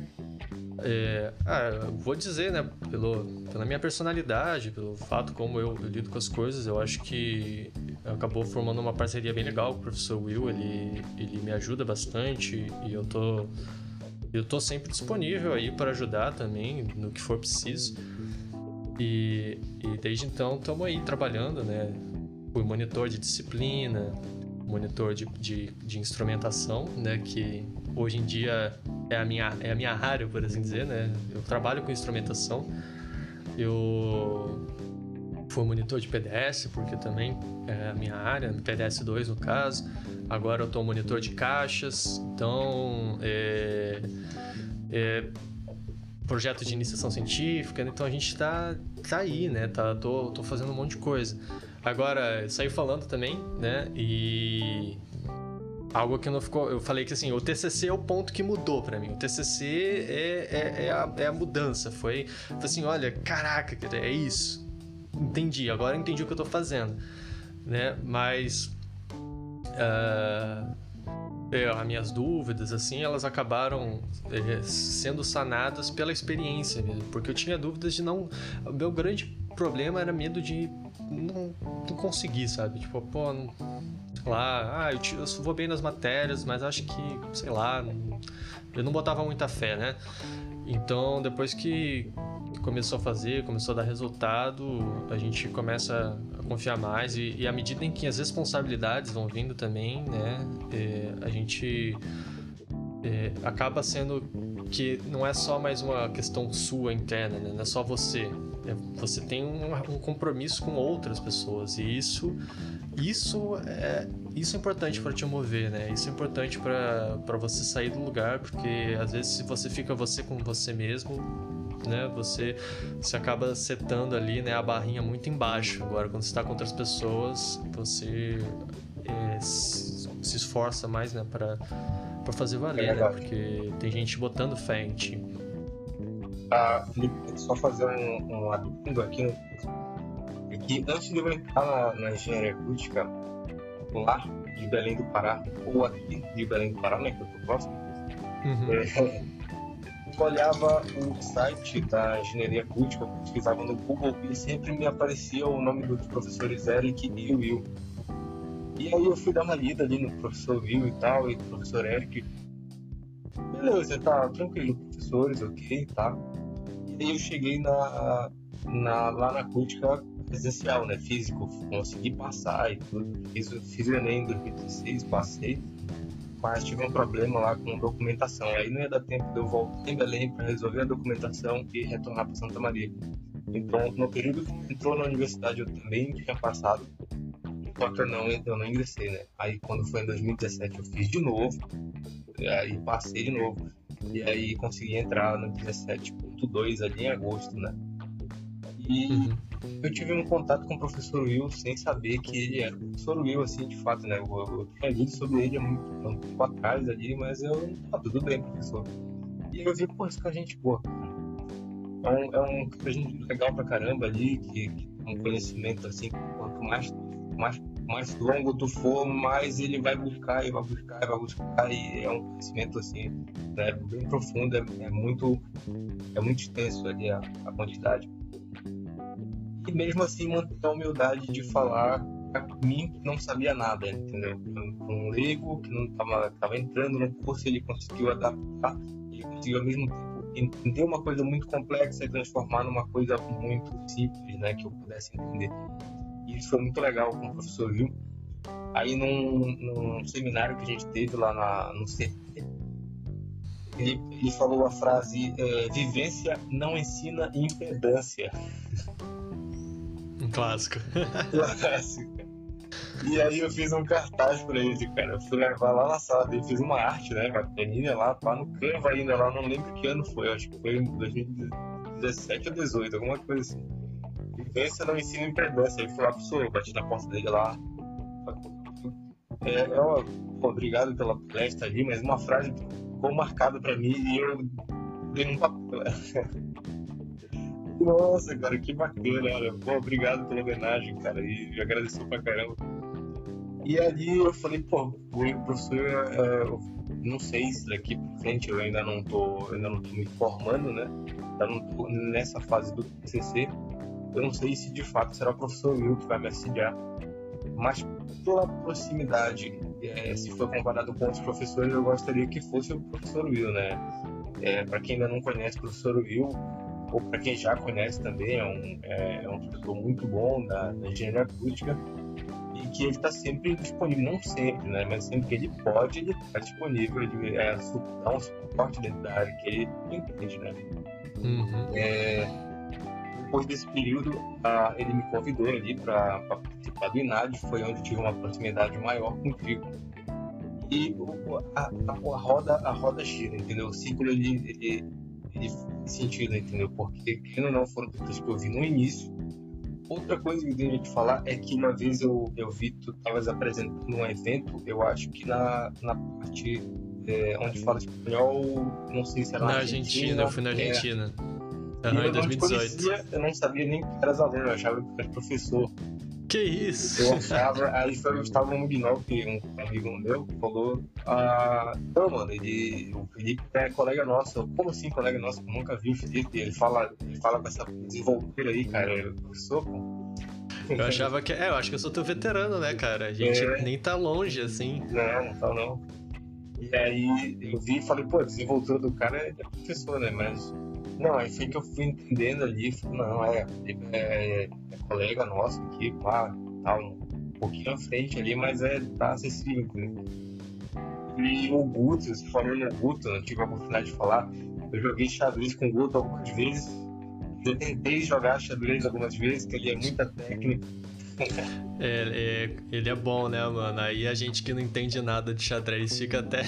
vou dizer, né, pela minha personalidade, pelo fato como eu lido com as coisas, eu acho que acabou formando uma parceria bem legal com o professor Will. Ele me ajuda bastante e eu tô sempre disponível aí para ajudar também no que for preciso. E desde então estamos aí trabalhando, né? Fui monitor de disciplina, monitor de instrumentação, né, que hoje em dia é a minha área, por assim dizer, né? Eu trabalho com instrumentação. Eu fui monitor de PDS, porque também é a minha área, PDS 2 no caso. Agora eu tô monitor de caixas, então projeto de iniciação científica, então a gente tá aí, né? Tô fazendo um monte de coisa. Agora, saí falando também, né? E algo que não ficou... Eu falei que assim, o TCC é o ponto que mudou pra mim. O TCC é a mudança. Foi assim, olha, caraca, é isso. Entendi, agora eu entendi o que eu tô fazendo, né? Mas... as minhas dúvidas, assim, elas acabaram sendo sanadas pela experiência mesmo, porque eu tinha dúvidas de não... O meu grande problema era medo de não conseguir, sabe? Tipo, pô, não... sei lá, eu vou bem nas matérias, mas acho que, sei lá, eu não botava muita fé, né? Então, depois que começou a dar resultado, a gente começa a confiar mais e à medida em que as responsabilidades vão vindo também, né, a gente acaba sendo que não é só mais uma questão sua interna, né, não é só você, você tem um compromisso com outras pessoas e isso é importante para te mover, né? Isso é importante para você sair do lugar, porque às vezes se você fica você com você mesmo, né? Você acaba setando ali, né, a barrinha muito embaixo. Agora, quando você está com outras pessoas, você se esforça mais, né, para fazer valer, né? Porque tem gente botando fé em ti. Felipe, só fazer um adendo aqui no que antes de eu entrar na engenharia acústica, lá de Belém do Pará, ou aqui de Belém do Pará, né, que eu tô próximo, eu olhava o site da engenharia acústica, eu pesquisava no Google e sempre me aparecia o nome dos professores Eric e Will. E aí eu fui dar uma lida ali no professor Will e tal, e no professor Eric. Beleza, tá tranquilo, professores, ok, tá. E aí eu cheguei lá na acústica presencial, né, físico, consegui passar e tudo, fiz o Enem em 2016, passei, mas tive um problema lá com documentação, aí não ia dar tempo de eu voltar em Belém para resolver a documentação e retornar para Santa Maria. Então, no período que entrou na universidade eu também tinha passado, só que eu não ingressei, né, aí quando foi em 2017 eu fiz de novo, aí passei de novo, e aí consegui entrar no 17.2 ali em agosto, né. E eu tive um contato com o professor Will sem saber que ele era o professor Will, assim, de fato, né? Eu tinha lido sobre ele há muito tempo atrás ali, mas tudo bem, professor. E eu vi, pô, esse cara é gente boa. É um cara gente legal pra caramba ali, que um conhecimento, assim, quanto mais longo tu for, mais ele vai buscar, e é um conhecimento, assim, né, bem profundo, é muito extenso ali a quantidade. E mesmo assim manter a humildade de falar pra mim que não sabia nada, entendeu? Um leigo que não tava entrando no curso, ele conseguiu adaptar, ele conseguiu ao mesmo tempo entender uma coisa muito complexa e transformar numa coisa muito simples, né, que eu pudesse entender. E isso foi muito legal com o professor Will. Aí num seminário que a gente teve lá no CT, ele falou a frase: vivência não ensina impedância. Um clássico. E aí eu fiz um cartaz pra ele, cara. Eu fui levar lá na sala dele, fiz uma arte, né, uma planilha lá no Canva ainda, lá, não lembro que ano foi, acho que foi em 2017 ou 2018, alguma coisa assim. Vivência não ensina impedância. Aí fui lá pro senhor, bati na porta dele lá. Obrigado pela palestra ali, mas uma frase ficou marcada pra mim e eu dei um papel. Nossa, cara, que bacana, olha. Pô, obrigado pela homenagem, cara, e me agradeceu pra caramba. E ali eu falei, pô, o professor, não sei se daqui pra frente eu ainda não tô me formando, né? Ainda não tô nessa fase do TCC. Eu não sei se de fato será o professor Will que vai me auxiliar. Mas pela proximidade, se for comparado com outros professores, eu gostaria que fosse o professor Will, né? Para quem ainda não conhece o professor Will, ou para quem já conhece também, é um professor muito bom da engenharia acústica e que ele está sempre disponível, não sempre, né, mas sempre que ele pode, ele está disponível, ele dar um suporte dentro da área que ele entende, né. Depois desse período, ele me convidou ali para participar do INAD, foi onde tive uma proximidade maior contigo. E a roda gira, entendeu? O ciclo ele faz sentido, entendeu? Porque quem não foram pessoas que eu vi no início. Outra coisa que eu queria te falar é que uma vez eu vi tu estavas apresentando um evento, eu acho que na parte onde fala espanhol, não sei se era na Argentina. Eu fui na Argentina. Em 2018. Eu não sabia nem que eras aluno, eu achava que eras professor. Que isso? Eu achava, aí foi o Gustavo Mugnol, que um amigo meu, falou, não, mano, o Felipe é colega nosso. Eu, como assim, colega nosso? Eu nunca vi o Felipe. Ele fala com essa desenvoltura aí, cara. Eu sou, pô. Eu achava que. Eu acho que eu sou teu veterano, né, cara? A gente nem tá longe, assim. Não tá não. E aí eu vi e falei, pô, a desenvoltura do cara é professor, né? Mas. Não, aí foi que eu fui entendendo ali, falei, não, é colega nosso aqui, pá, tá um pouquinho à frente ali, mas tá acessível, né? E o Guto, você falou no Guto, não tive a oportunidade de falar, eu joguei xadrez com o Guto algumas vezes, eu tentei jogar xadrez algumas vezes, que ele é muita técnica. Ele é bom, né, mano? Aí a gente que não entende nada de xadrez fica até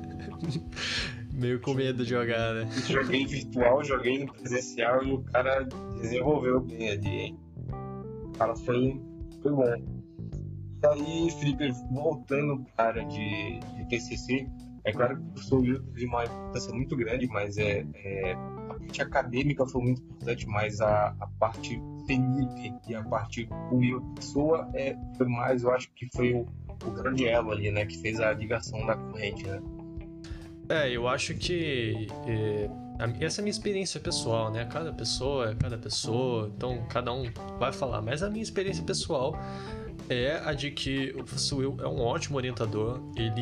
meio com medo de jogar, né? Joguei virtual, joguei no presencial e o cara desenvolveu bem ali, hein? O cara foi bom. E aí, Felipe, voltando para a área de TCC, é claro que o professor Will teve uma importância muito grande, mas a parte acadêmica foi muito importante, mas a parte Felipe e a parte Will, pessoa, foi mais, eu acho que foi o grande elo ali, né, que fez a ligação da corrente, né? Eu acho que essa é a minha experiência pessoal, né? Cada pessoa é cada pessoa, então cada um vai falar. Mas a minha experiência pessoal é a de que o professor Will é um ótimo orientador.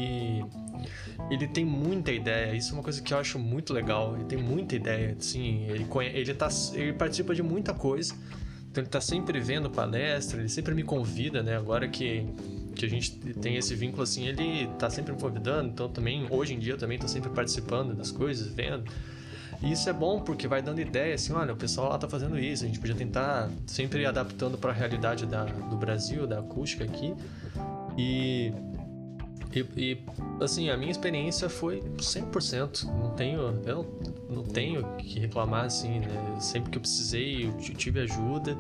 Ele tem muita ideia, isso é uma coisa que eu acho muito legal. Ele tem muita ideia, assim, ele participa de muita coisa. Então ele tá sempre vendo palestra, ele sempre me convida, né? Agora que a gente tem esse vínculo assim, ele tá sempre me convidando, então também, hoje em dia, eu também tô sempre participando das coisas, vendo. E isso é bom porque vai dando ideia, assim, olha, o pessoal lá tá fazendo isso, a gente podia tentar sempre adaptando para a realidade do Brasil, da acústica aqui. E assim, a minha experiência foi 100%. Eu não tenho que reclamar, assim, né? Sempre que eu precisei, eu tive ajuda.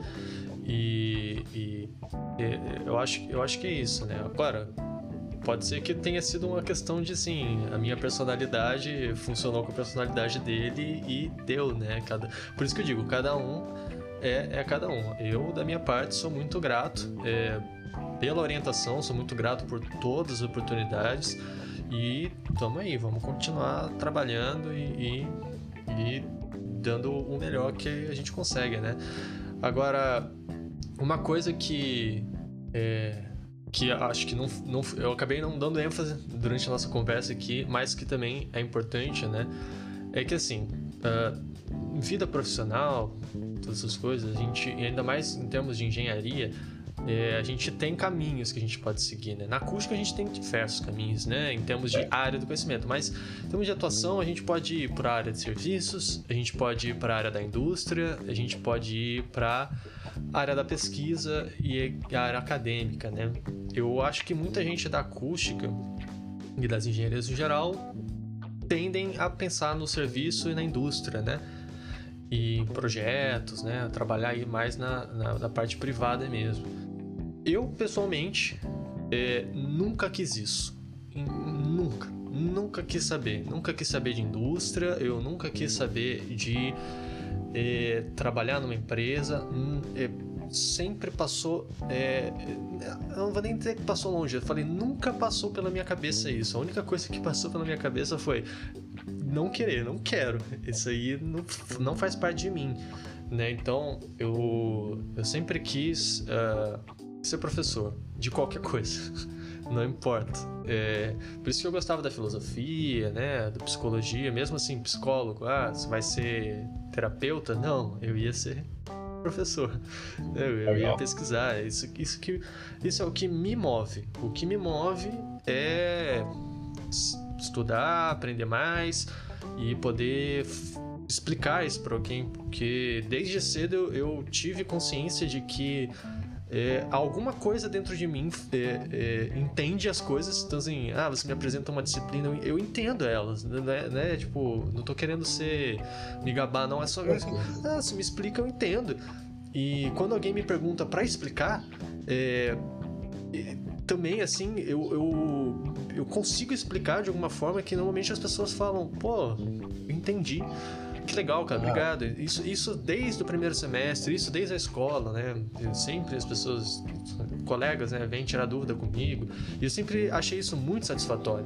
E eu acho que é isso, né? Agora, pode ser que tenha sido uma questão de, assim, a minha personalidade funcionou com a personalidade dele e deu, né? Por isso que eu digo, cada um é cada um. Eu, da minha parte, sou muito grato pela orientação, sou muito grato por todas as oportunidades e tamo aí, vamos continuar trabalhando e dando o melhor que a gente consegue, né? Agora, uma coisa que acho que não, eu acabei não dando ênfase durante a nossa conversa aqui, mas que também é importante, né? É que, assim, vida profissional, todas essas coisas, a gente, ainda mais em termos de engenharia, a gente tem caminhos que a gente pode seguir, né? Na acústica a gente tem diversos caminhos, né? Em termos de área do conhecimento, mas em termos de atuação a gente pode ir para a área de serviços, a gente pode ir para a área da indústria, a gente pode ir para a área da pesquisa e a área acadêmica, né? Eu acho que muita gente da acústica e das engenharias no geral tendem a pensar no serviço e na indústria, né? E em projetos, né? Trabalhar aí mais na parte privada mesmo. Eu, pessoalmente, nunca quis isso. Nunca quis saber. Nunca quis saber de indústria, eu nunca quis saber de trabalhar numa empresa. Sempre passou... eu não vou nem dizer que passou longe. Eu falei, nunca passou pela minha cabeça isso. A única coisa que passou pela minha cabeça foi... não quero. Isso aí não faz parte de mim, né? Então, eu sempre quis ser professor de qualquer coisa, não importa. Por isso que eu gostava da filosofia, né? Da psicologia, mesmo assim, psicólogo. Você vai ser terapeuta? Não, eu ia ser professor. Eu ia pesquisar. Isso é o que me move. O que me move é estudar, aprender mais e poder explicar isso para alguém, porque desde cedo eu tive consciência de que alguma coisa dentro de mim entende as coisas. Então, assim, você me apresenta uma disciplina, eu entendo elas, né? Tipo, não tô querendo me gabar, não, é só se me explica, eu entendo. E quando alguém me pergunta para explicar, também, assim, eu consigo explicar de alguma forma que normalmente as pessoas falam, pô, entendi. Que legal, cara, obrigado. Isso desde o primeiro semestre, isso desde a escola, né? Sempre as pessoas, colegas, né, vêm tirar dúvida comigo. E eu sempre achei isso muito satisfatório.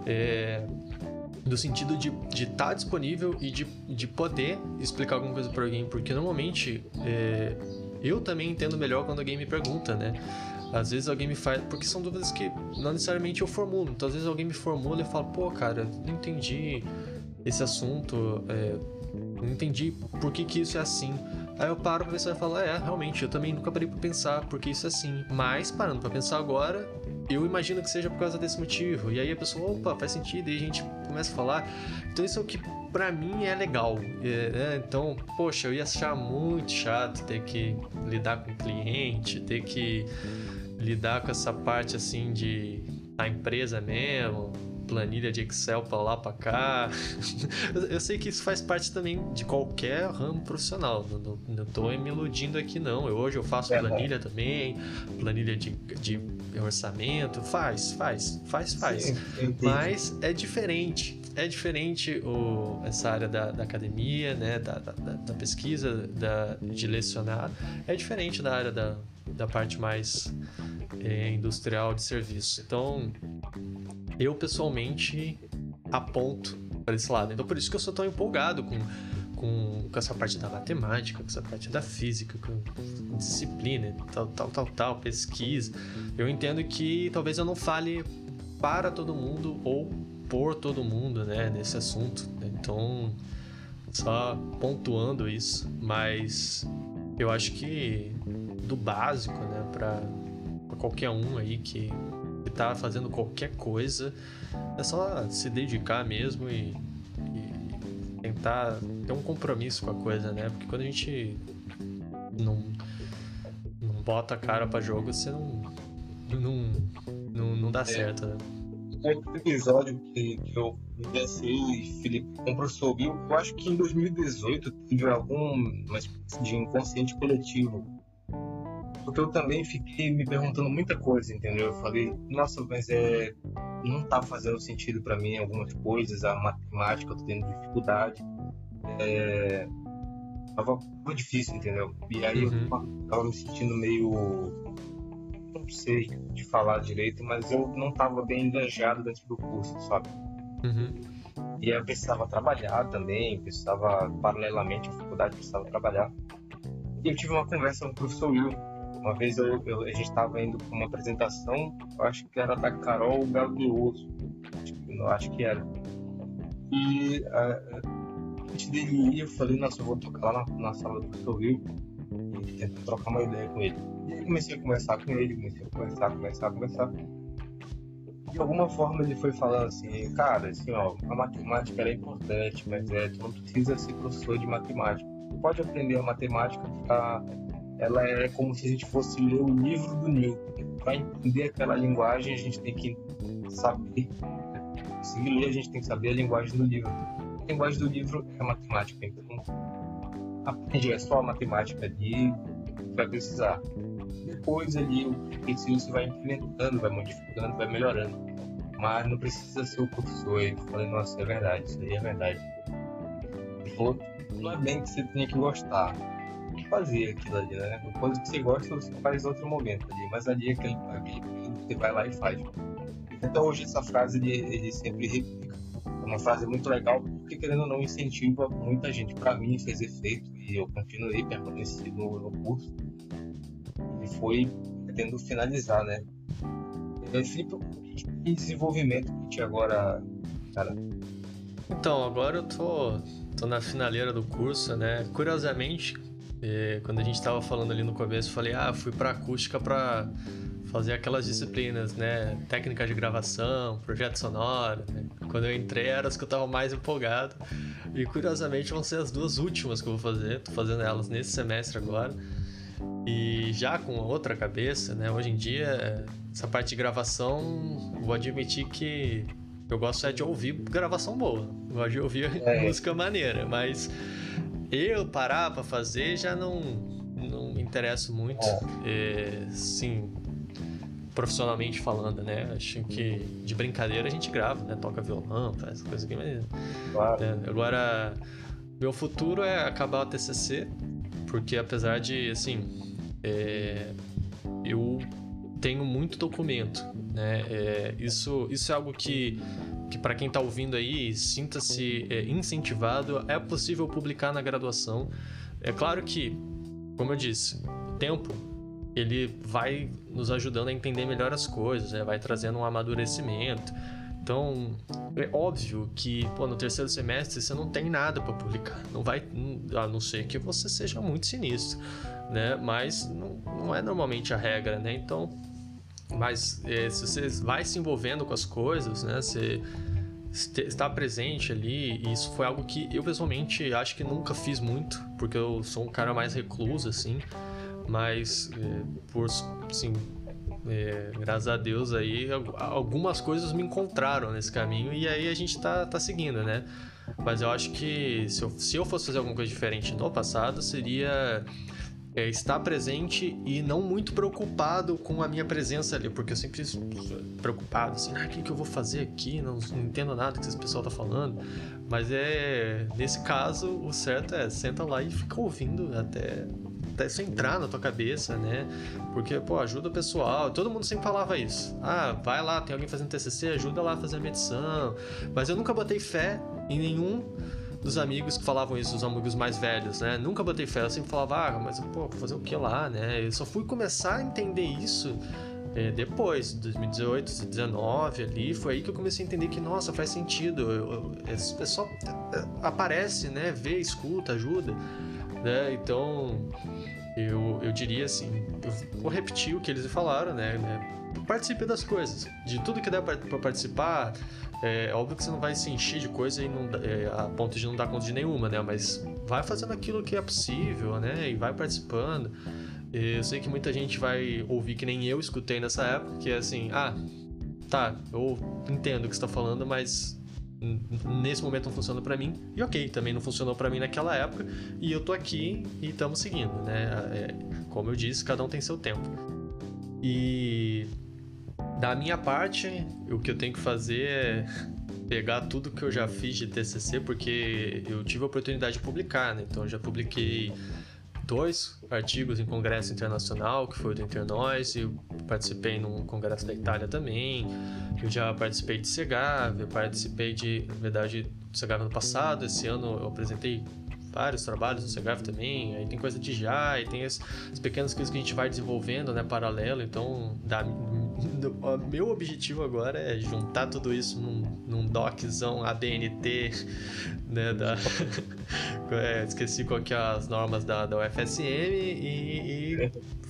No sentido de estar disponível e de poder explicar alguma coisa para alguém, porque normalmente eu também entendo melhor quando alguém me pergunta, né? Às vezes alguém me faz... Porque são dúvidas que não necessariamente eu formulo. Então, às vezes alguém me formula e fala, pô, cara, não entendi esse assunto, não entendi por que isso é assim. Aí eu paro pra pensar e falo, realmente, eu também nunca parei pra pensar por que isso é assim. Mas, parando pra pensar agora, eu imagino que seja por causa desse motivo. E aí a pessoa, opa, faz sentido, e a gente começa a falar. Então isso é o que pra mim é legal. Então, poxa, eu ia achar muito chato ter que lidar com o cliente, ter que lidar com essa parte assim da empresa mesmo, planilha de Excel pra lá, pra cá. Eu sei que isso faz parte também de qualquer ramo profissional. Não tô me iludindo aqui, não. Hoje eu faço planilha também, planilha de orçamento. Faz. Sim, mas é diferente. É diferente essa área da academia, né? Da pesquisa, de lecionar. É diferente da área da parte mais industrial de serviço. Então, eu pessoalmente aponto para esse lado. Então, por isso que eu sou tão empolgado com essa parte da matemática, com essa parte da física, com disciplina, tal, pesquisa. Eu entendo que talvez eu não fale para todo mundo ou por todo mundo, né, nesse assunto. Então, só pontuando isso, mas eu acho que do básico, né, para qualquer um aí que tá fazendo qualquer coisa, é só se dedicar mesmo e tentar ter um compromisso com a coisa, né? Porque quando a gente não bota a cara pra jogo, você não dá certo, né? O episódio que eu vivenciei, Felipe, com o professor Bill, eu acho que em 2018 tive uma espécie de inconsciente coletivo. Porque eu também fiquei me perguntando muita coisa, entendeu? Eu falei, nossa, mas não tá fazendo sentido para mim algumas coisas, a matemática eu tô tendo dificuldade. Tava difícil, entendeu? E aí eu tava me sentindo meio, não sei de falar direito, mas eu não tava bem engajado dentro do curso, sabe? E aí eu precisava trabalhar também, precisava, paralelamente à faculdade, precisava trabalhar. E eu tive uma conversa com o professor Will. Uma vez a gente estava indo para uma apresentação, eu acho que era da Carol Gaglioso, acho que era. E antes dele ir, eu falei, nossa, eu vou tocar lá na sala do professor Will e tentar trocar uma ideia com ele. E aí comecei a conversar com ele, comecei a conversar. De alguma forma ele foi falando assim, cara, assim, ó, a matemática é importante, mas tu não precisa ser professor de matemática. Tu pode aprender a matemática ela é como se a gente fosse ler o livro do Newton. Para entender aquela linguagem, a gente tem que saber. Conseguir ler, a gente tem que saber a linguagem do livro. A linguagem do livro é a matemática. Então, aprende só a matemática ali, vai precisar. Depois ali, o ensino você vai implementando, vai modificando, vai melhorando. Mas não precisa ser o professor. Eu falei, nossa, é verdade, isso aí é verdade. Ele falou, não é bem que você tenha que gostar. Fazer aquilo ali, né? Depois que você gosta, você faz outro momento ali, mas ali é aquele você vai lá e faz. Então hoje essa frase ele sempre replica. É uma frase muito legal porque, querendo ou não, incentiva muita gente. Para mim fez efeito e eu continuei, permaneci no curso e foi pretendo finalizar, né? Felipe, que desenvolvimento que tinha agora, cara? Então, agora eu tô na finaleira do curso, né? Curiosamente, quando a gente estava falando ali no começo, eu falei, fui para acústica para fazer aquelas disciplinas, né? Técnica de gravação, projeto sonoro, né? Quando eu entrei, eram as que eu estava mais empolgado. E curiosamente vão ser as duas últimas que eu vou fazer. Tô fazendo elas nesse semestre agora. E já com outra cabeça, né? Hoje em dia, essa parte de gravação, vou admitir que eu gosto de ouvir gravação boa. Eu gosto de ouvir música maneira, mas eu parar pra fazer já não me interesso muito, sim, profissionalmente falando, né? Acho que de brincadeira a gente grava, né? Toca violão, faz coisa aqui, mas... Claro. Agora, meu futuro é acabar o TCC, porque apesar de, assim, eu tenho muito documento, né? Isso é algo que para quem está ouvindo aí, sinta-se incentivado. É possível publicar na graduação. É claro que, como eu disse, o tempo ele vai nos ajudando a entender melhor as coisas, né? Vai trazendo um amadurecimento. Então, é óbvio que no terceiro semestre você não tem nada para publicar. Não vai, a não ser que você seja muito sinistro, né? Mas não é normalmente a regra, né? Então, mas se você vai se envolvendo com as coisas, né? Você está presente ali, e isso foi algo que eu pessoalmente acho que nunca fiz muito, porque eu sou um cara mais recluso, assim. Mas, graças a Deus aí, algumas coisas me encontraram nesse caminho, e aí a gente tá seguindo, né? Mas eu acho que se eu fosse fazer alguma coisa diferente no passado, seria estar presente e não muito preocupado com a minha presença ali, porque eu sempre preocupado, assim, o que eu vou fazer aqui? Não entendo nada que esse pessoal tá falando. Mas nesse caso, o certo senta lá e fica ouvindo até isso entrar na tua cabeça, né? Porque, ajuda o pessoal. Todo mundo sempre falava isso. Vai lá, tem alguém fazendo TCC, ajuda lá a fazer a medição. Mas eu nunca botei fé em nenhum dos amigos que falavam isso, os amigos mais velhos, né? Nunca botei fé. Eu sempre falava, mas, vou fazer o que lá, né? Eu só fui começar a entender isso depois, 2018, 2019, ali. Foi aí que eu comecei a entender que, nossa, faz sentido. Esse pessoal aparece, né? Vê, escuta, ajuda. Né? Então, eu diria assim, eu vou repetir o que eles falaram, né? Participe das coisas, de tudo que der para participar. É óbvio que você não vai se encher de coisa e a ponto de não dar conta de nenhuma, né? Mas vai fazendo aquilo que é possível, né? E vai participando. Eu sei que muita gente vai ouvir que nem eu escutei nessa época, que é assim, tá, eu entendo o que você tá falando, mas nesse momento não funciona pra mim, e ok, também não funcionou pra mim naquela época, e eu tô aqui e estamos seguindo, né? Como eu disse, cada um tem seu tempo. E da minha parte, o que eu tenho que fazer é pegar tudo que eu já fiz de TCC, porque eu tive a oportunidade de publicar, né? Então eu já publiquei 2 artigos em congresso internacional, que foi o do Internós, eu participei num congresso da Itália também, eu já participei de CEGAV, eu participei na verdade, do CEGAV no passado, esse ano eu apresentei vários trabalhos no CEGAV também, aí tem coisa de JAI, tem as pequenas coisas que a gente vai desenvolvendo, né, paralelo, então meu objetivo agora é juntar tudo isso num doczão ABNT, né, esqueci qual que é as normas da UFSM e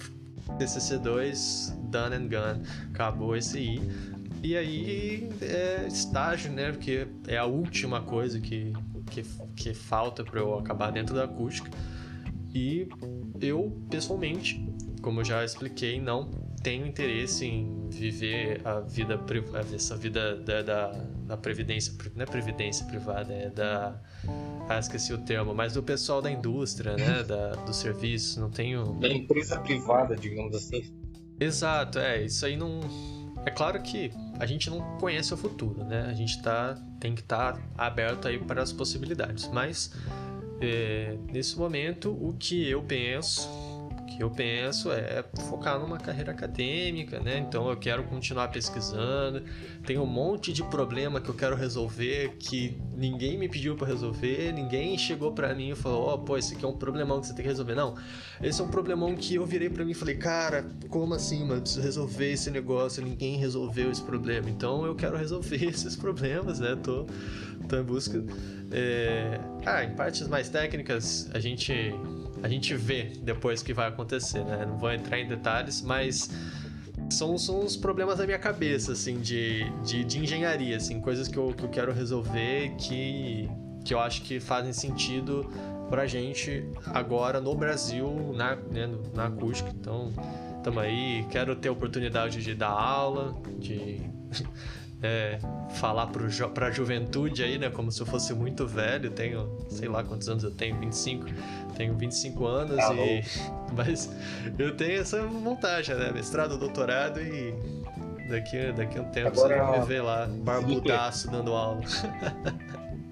TCC2 done and gone, acabou esse aí. E aí estágio, né, porque é a última coisa que falta para eu acabar dentro da acústica. E eu, pessoalmente, como eu já expliquei, não tenho interesse em viver essa vida da previdência, não é previdência privada, esqueci o termo, mas do pessoal da indústria, né, do serviço, não tenho... Da empresa privada, digamos assim. Exato, isso aí não... É claro que a gente não conhece o futuro, né, a gente tem que estar aberto aí para as possibilidades, mas nesse momento o que eu penso é focar numa carreira acadêmica, né? Então eu quero continuar pesquisando, tem um monte de problema que eu quero resolver que ninguém me pediu para resolver, ninguém chegou para mim e falou, esse aqui é um problemão que você tem que resolver. Não, esse é um problemão que eu virei para mim e falei, cara, como assim, mano? Preciso resolver esse negócio, ninguém resolveu esse problema, então eu quero resolver esses problemas, né? Tô em busca. Em partes mais técnicas a gente vê depois o que vai acontecer, né? Não vou entrar em detalhes, mas são os problemas da minha cabeça, assim, de engenharia, assim, coisas que eu quero resolver que eu acho que fazem sentido pra gente agora no Brasil, na acústica. Então, tamo aí, quero ter a oportunidade de dar aula, de falar pra juventude aí, né? Como se eu fosse muito velho. Tenho, sei lá quantos anos eu tenho, 25. Tenho 25 anos mas eu tenho essa vontade, né? Mestrado, doutorado e daqui a um tempo agora, você vai me ver lá, barbudaço, dando aula.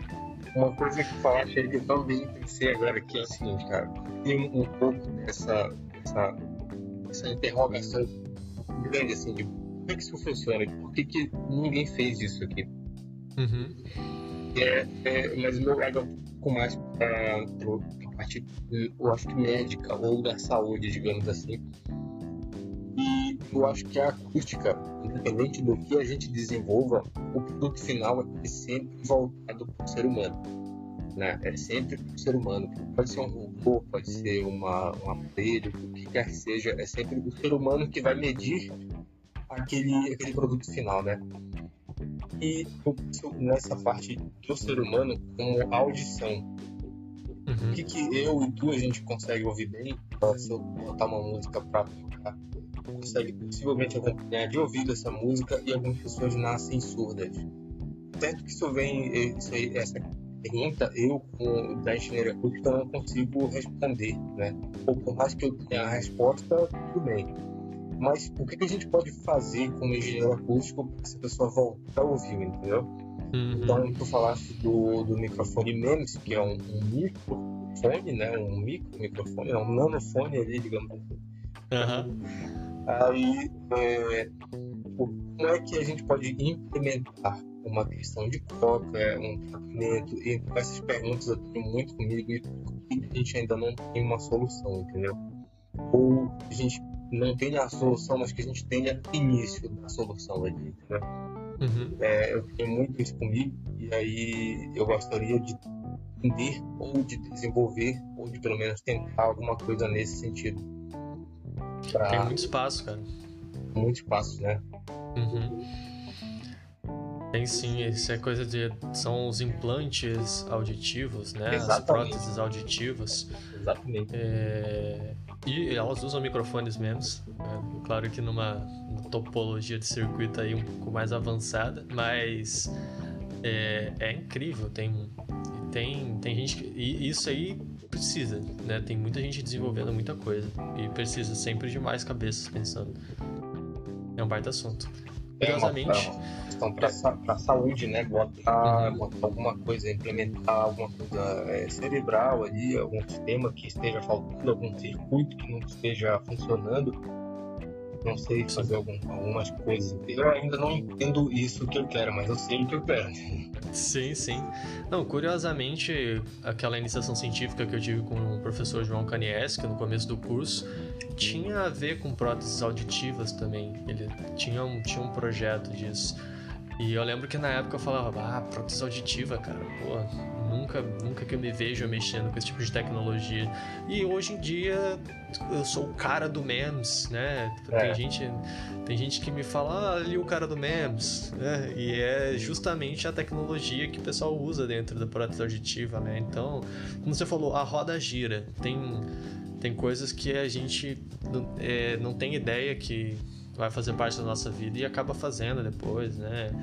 Uma coisa que falaste aí que eu também pensei agora que é o seguinte, cara, tem um pouco dessa interrogação grande, assim, de como é que isso funciona, por que ninguém fez isso aqui? Uhum. Mas o meu lado é um pouco mais para a parte, eu acho que médica ou da saúde, digamos assim. E eu acho que a acústica, independente do que a gente desenvolva, o produto final é sempre voltado para o ser humano, né? É sempre para o ser humano. Pode ser um robô, pode ser um aparelho, o que quer que seja, é sempre o ser humano que vai medir aquele produto final, né? E eu penso nessa parte do ser humano como audição. O que eu e tu a gente consegue ouvir bem, se eu botar uma música para tocar, consegue possivelmente acompanhar de ouvido essa música, e algumas pessoas nascem surdas. Certo que essa pergunta, eu, da engenharia acústica, não consigo responder, né? Ou por mais que eu tenha a resposta, tudo bem. Mas o que a gente pode fazer como engenheiro acústico para essa pessoa voltar a ouvir, entendeu? Então, tu falaste do microfone MEMS, que é um microfone, né? Um microfone, um nanofone ali, digamos assim. Aí, como é que a gente pode implementar uma questão de coca, um tratamento? E essas perguntas eu tenho muito comigo e a gente ainda não tem uma solução, entendeu? Ou a gente não tenha a solução, mas que a gente tenha início da solução ali, entendeu? Eu tenho muito isso comigo, e aí eu gostaria de entender ou de desenvolver, ou de pelo menos tentar alguma coisa nesse sentido. Tem muito espaço, cara. Muito espaço, né? Tem sim, isso é coisa de... São os implantes auditivos, né? Exatamente. As próteses auditivas. Exatamente. E elas usam microfones MEMS, claro que numa topologia de circuito aí um pouco mais avançada, mas é incrível, tem gente que... E isso aí precisa, né? Tem muita gente desenvolvendo muita coisa e precisa sempre de mais cabeças pensando. É um baita assunto. Curiosamente... Então, para a saúde, né? Botar alguma coisa, implementar alguma coisa cerebral ali, algum sistema que esteja faltando, algum circuito que não esteja funcionando. Não sei fazer algumas coisas. Eu ainda não entendo isso que eu quero, mas eu sei o que eu quero. Sim. Não, curiosamente, aquela iniciação científica que eu tive com o professor João Kaniewski no começo do curso tinha a ver com próteses auditivas também. Ele tinha um projeto disso. E eu lembro que na época eu falava, prótese auditiva, cara, nunca que eu me vejo mexendo com esse tipo de tecnologia. E hoje em dia eu sou o cara do MEMS, né? Tem gente que me fala, ali o cara do MEMS, né? E é justamente a tecnologia que o pessoal usa dentro da prótese auditiva, né? Então, como você falou, a roda gira. Tem coisas que a gente não tem ideia que vai fazer parte da nossa vida e acaba fazendo depois, né?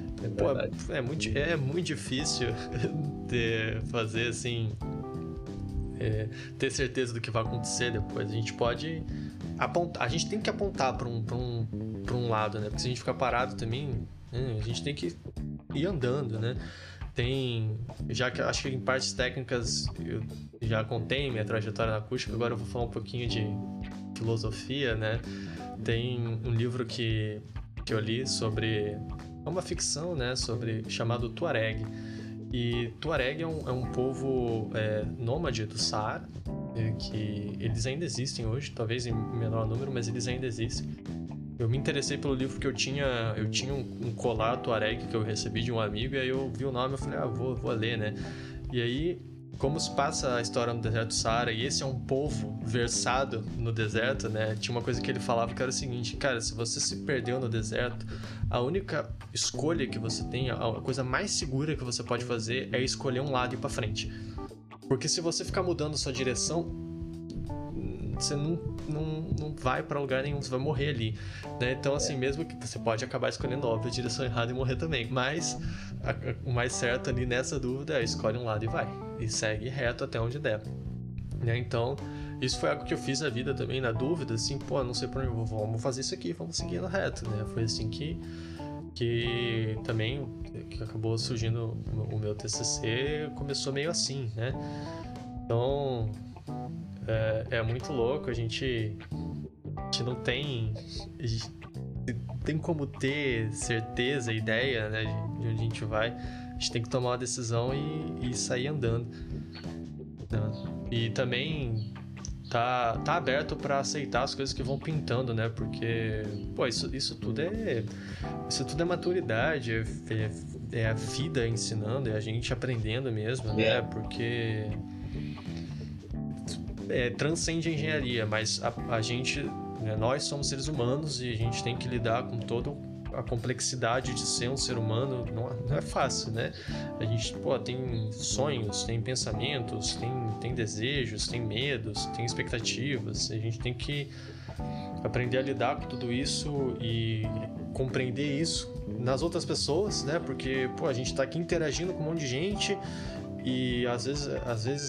É muito difícil fazer assim, ter certeza do que vai acontecer depois. A gente pode apontar, a gente tem que apontar para um lado, né? Porque se a gente ficar parado também, a gente tem que ir andando, né? Já que acho que em partes técnicas eu já contei minha trajetória na acústica, agora eu vou falar um pouquinho de filosofia, né? Tem um livro que eu li sobre... É uma ficção, né? Chamado Tuareg. E Tuareg é um povo nômade do Saara, que eles ainda existem hoje, talvez em menor número, mas eles ainda existem. Eu me interessei pelo livro porque eu tinha um colar Tuareg que eu recebi de um amigo, e aí eu vi o nome e falei, vou ler, né? E aí, como se passa a história no deserto do Saara, e esse é um povo versado no deserto, né? Tinha uma coisa que ele falava que era o seguinte, cara, se você se perdeu no deserto, a única escolha que você tem, a coisa mais segura que você pode fazer é escolher um lado e ir pra frente. Porque se você ficar mudando sua direção, você não vai pra lugar nenhum, você vai morrer ali, né? Então, assim, mesmo que você pode acabar escolhendo, óbvio, a direção errada e morrer também, mas o mais certo ali nessa dúvida é escolhe um lado e vai, e segue reto até onde der, né? Então, isso foi algo que eu fiz na vida também, na dúvida, assim, não sei pra onde eu vou, vamos fazer isso aqui, vamos seguindo reto, né? Foi assim que que também que acabou surgindo o meu TCC, começou meio assim, né? Então, é muito louco, a gente não tem como ter certeza, ideia, né, de onde a gente vai. A gente tem que tomar uma decisão e sair andando, né? E também tá aberto para aceitar as coisas que vão pintando, né? Porque, pô, isso tudo é maturidade, é a vida ensinando, é a gente aprendendo mesmo, né? Porque transcende a engenharia, mas a gente, né, nós somos seres humanos e a gente tem que lidar com toda a complexidade de ser um ser humano. Não é fácil, né? A gente, tem sonhos, tem pensamentos, tem desejos, tem medos, tem expectativas. A gente tem que aprender a lidar com tudo isso e compreender isso nas outras pessoas, né? Porque, a gente está aqui interagindo com um monte de gente e às vezes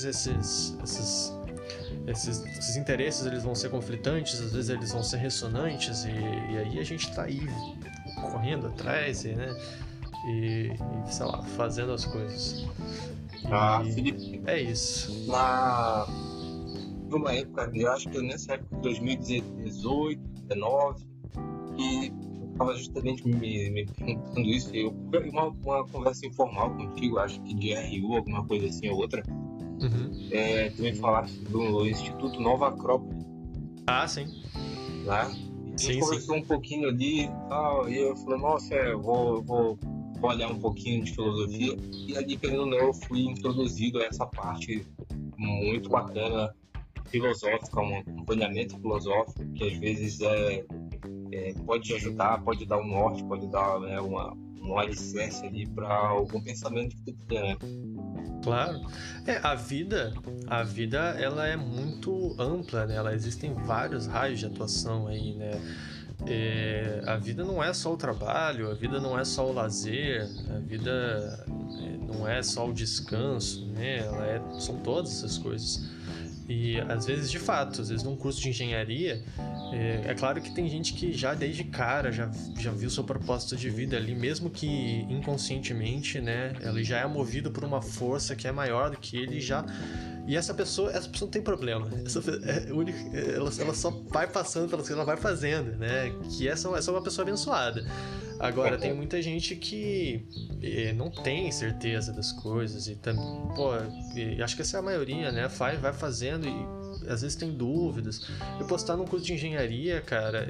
esses interesses eles vão ser conflitantes, às vezes eles vão ser ressonantes, e aí a gente tá aí correndo atrás e sei lá, fazendo as coisas. Felipe, é isso. Numa época, eu acho que nessa época de 2018, 2019, e eu estava justamente me perguntando isso, e uma conversa informal contigo, acho que de RU, alguma coisa assim ou outra. Tu me falaste do Instituto Nova Acrópole. Sim. Lá. A gente conversou um pouquinho ali e tal, e eu falei, nossa, eu vou olhar um pouquinho de filosofia. E ali, querendo ou não, eu fui introduzido a essa parte muito bacana, filosófica, um acompanhamento filosófico, que às vezes pode ajudar, pode dar um norte, pode dar, né, um alicerce ali para algum pensamento que tu tenha, né? Claro. A vida ela é muito ampla, né? Existem vários raios de atuação aí, né? A vida não é só o trabalho, a vida não é só o lazer, a vida não é só o descanso, né? São todas essas coisas. E às vezes, de fato, num curso de engenharia, é claro que tem gente que já desde cara já viu seu propósito de vida ali, mesmo que inconscientemente, né? Ele já é movido por uma força que é maior do que ele já. E essa pessoa não tem problema. Ela só vai passando pelas coisas, ela vai fazendo, né? Que essa é uma pessoa abençoada. Agora, tem muita gente que não tem certeza das coisas e também, acho que essa é a maioria, né? Vai fazendo e às vezes tem dúvidas. Eu posso estar num curso de engenharia, cara,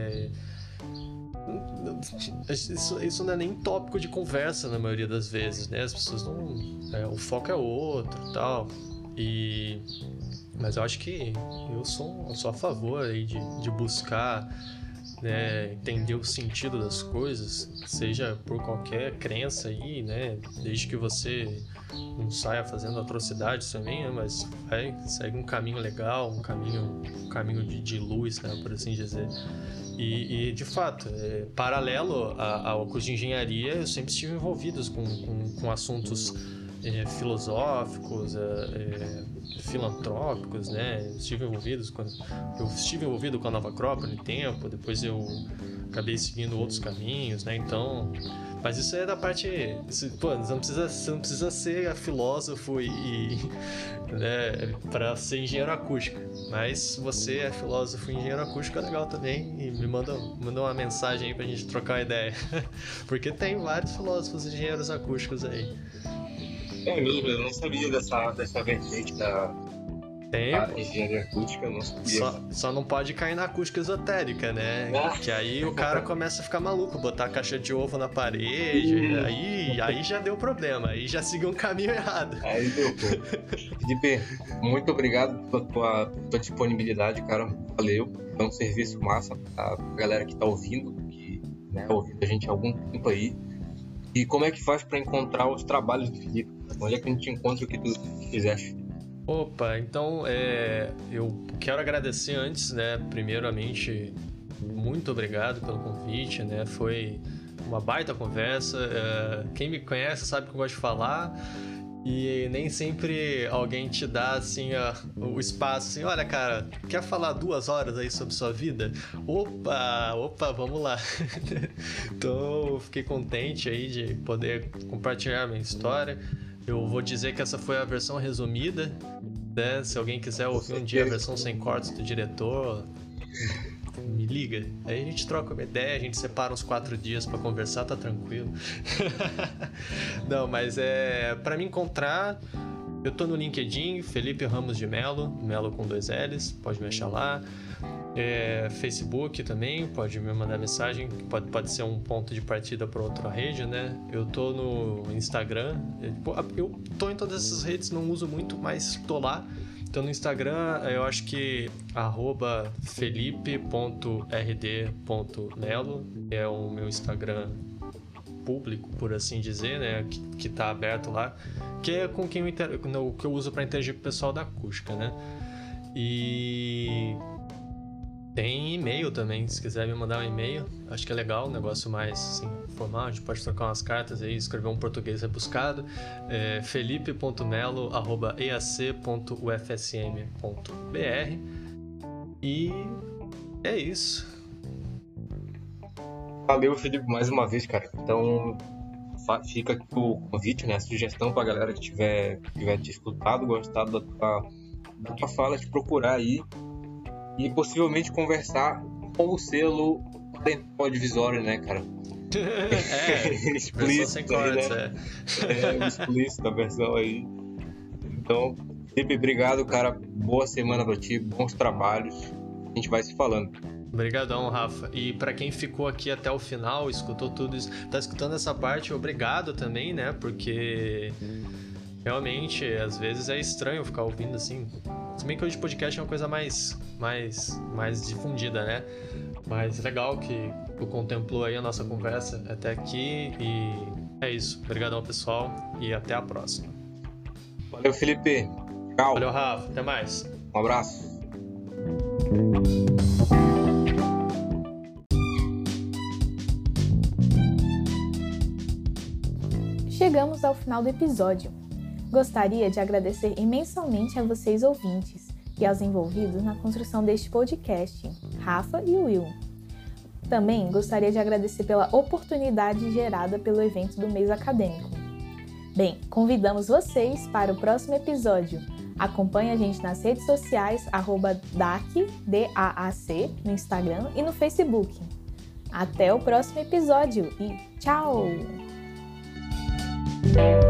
isso não é nem tópico de conversa na maioria das vezes, né? As pessoas não... o foco é outro e tal. Mas eu acho que eu sou a favor aí de buscar, né, entender o sentido das coisas, seja por qualquer crença aí, né, desde que você não saia fazendo atrocidades também, né, mas segue um caminho legal, um caminho de luz, né, por assim dizer. E de fato, paralelo ao curso de engenharia, eu sempre estive envolvido com assuntos filosóficos, filantrópicos, né? Eu estive envolvido com a Nova Acrópole um tempo, depois eu acabei seguindo outros caminhos, né? Então, mas isso é da parte... você não precisa ser filósofo né, para ser engenheiro acústico, mas se você é filósofo e engenheiro acústico é legal também, e me manda uma mensagem aí pra gente trocar uma ideia, porque tem vários filósofos e engenheiros acústicos aí. É mesmo, eu não sabia dessa vertente da engenharia acústica, eu não sabia. Só não pode cair na acústica esotérica, né? Que aí o cara começa a ficar maluco, botar a caixa de ovo na parede, aí já deu problema, aí já seguiu um caminho errado. Aí deu. Felipe, muito obrigado pela tua disponibilidade, cara. Valeu. É um serviço massa pra galera que tá ouvindo, que, né, ouvindo a gente há algum tempo aí. E como é que faz para encontrar os trabalhos do Felipe? Onde é que a gente encontra o que tu fizeste? Opa, então eu quero agradecer antes, né? Primeiramente, muito obrigado pelo convite, né? Foi uma baita conversa. Quem me conhece sabe que eu gosto de falar. E nem sempre alguém te dá, assim, o espaço, assim, olha, cara, quer falar 2 horas aí sobre sua vida? Opa, vamos lá. Então, eu fiquei contente aí de poder compartilhar a minha história. Eu vou dizer que essa foi a versão resumida, né? Se alguém quiser ouvir um dia a versão sem cortes do diretor, me liga. Aí a gente troca uma ideia, a gente separa uns 4 dias pra conversar, tá tranquilo. Não, mas pra me encontrar, eu tô no LinkedIn, Felipe Ramos de Melo, Melo com 2 L's, pode me achar lá. Facebook também, pode me mandar mensagem, pode ser um ponto de partida para outra rede, né? Eu tô no Instagram, eu tô em todas essas redes, não uso muito, mas tô lá. Então no Instagram eu acho que @felipe.rd.melo é o meu Instagram público, por assim dizer, né, que tá aberto lá, que é com quem que eu uso para interagir com o pessoal da acústica, né? E tem e-mail também, se quiser me mandar um e-mail, acho que é legal, um negócio mais assim, formal, a gente pode trocar umas cartas aí, escrever um português rebuscado, felipe.melo@eac.ufsm.br. E é isso. Valeu, Felipe, mais uma vez, cara. Então, fica aqui o convite, né? A sugestão pra galera que tiver te escutado, gostado da tua fala, te procurar aí e possivelmente conversar com o selo audiovisual, né, cara? Explícito sem cortes, né? Explícito a versão aí. Então, Felipe, obrigado, cara. Boa semana pra ti, bons trabalhos. A gente vai se falando. Obrigadão, Rafa. E pra quem ficou aqui até o final, escutou tudo isso, tá escutando essa parte, obrigado também, né? Porque realmente, às vezes é estranho ficar ouvindo assim. Se bem que hoje podcast é uma coisa mais difundida, né? Mas legal que tu contemplou aí a nossa conversa até aqui. E é isso. Obrigadão, pessoal. E até a próxima. Valeu, Felipe. Tchau. Valeu, Rafa. Até mais. Um abraço. Chegamos ao final do episódio. Gostaria de agradecer imensamente a vocês ouvintes e aos envolvidos na construção deste podcast, Rafa e Will. Também gostaria de agradecer pela oportunidade gerada pelo evento do mês acadêmico. Bem, convidamos vocês para o próximo episódio. Acompanhe a gente nas redes sociais, @DAAC, DAAC, no Instagram e no Facebook. Até o próximo episódio e tchau!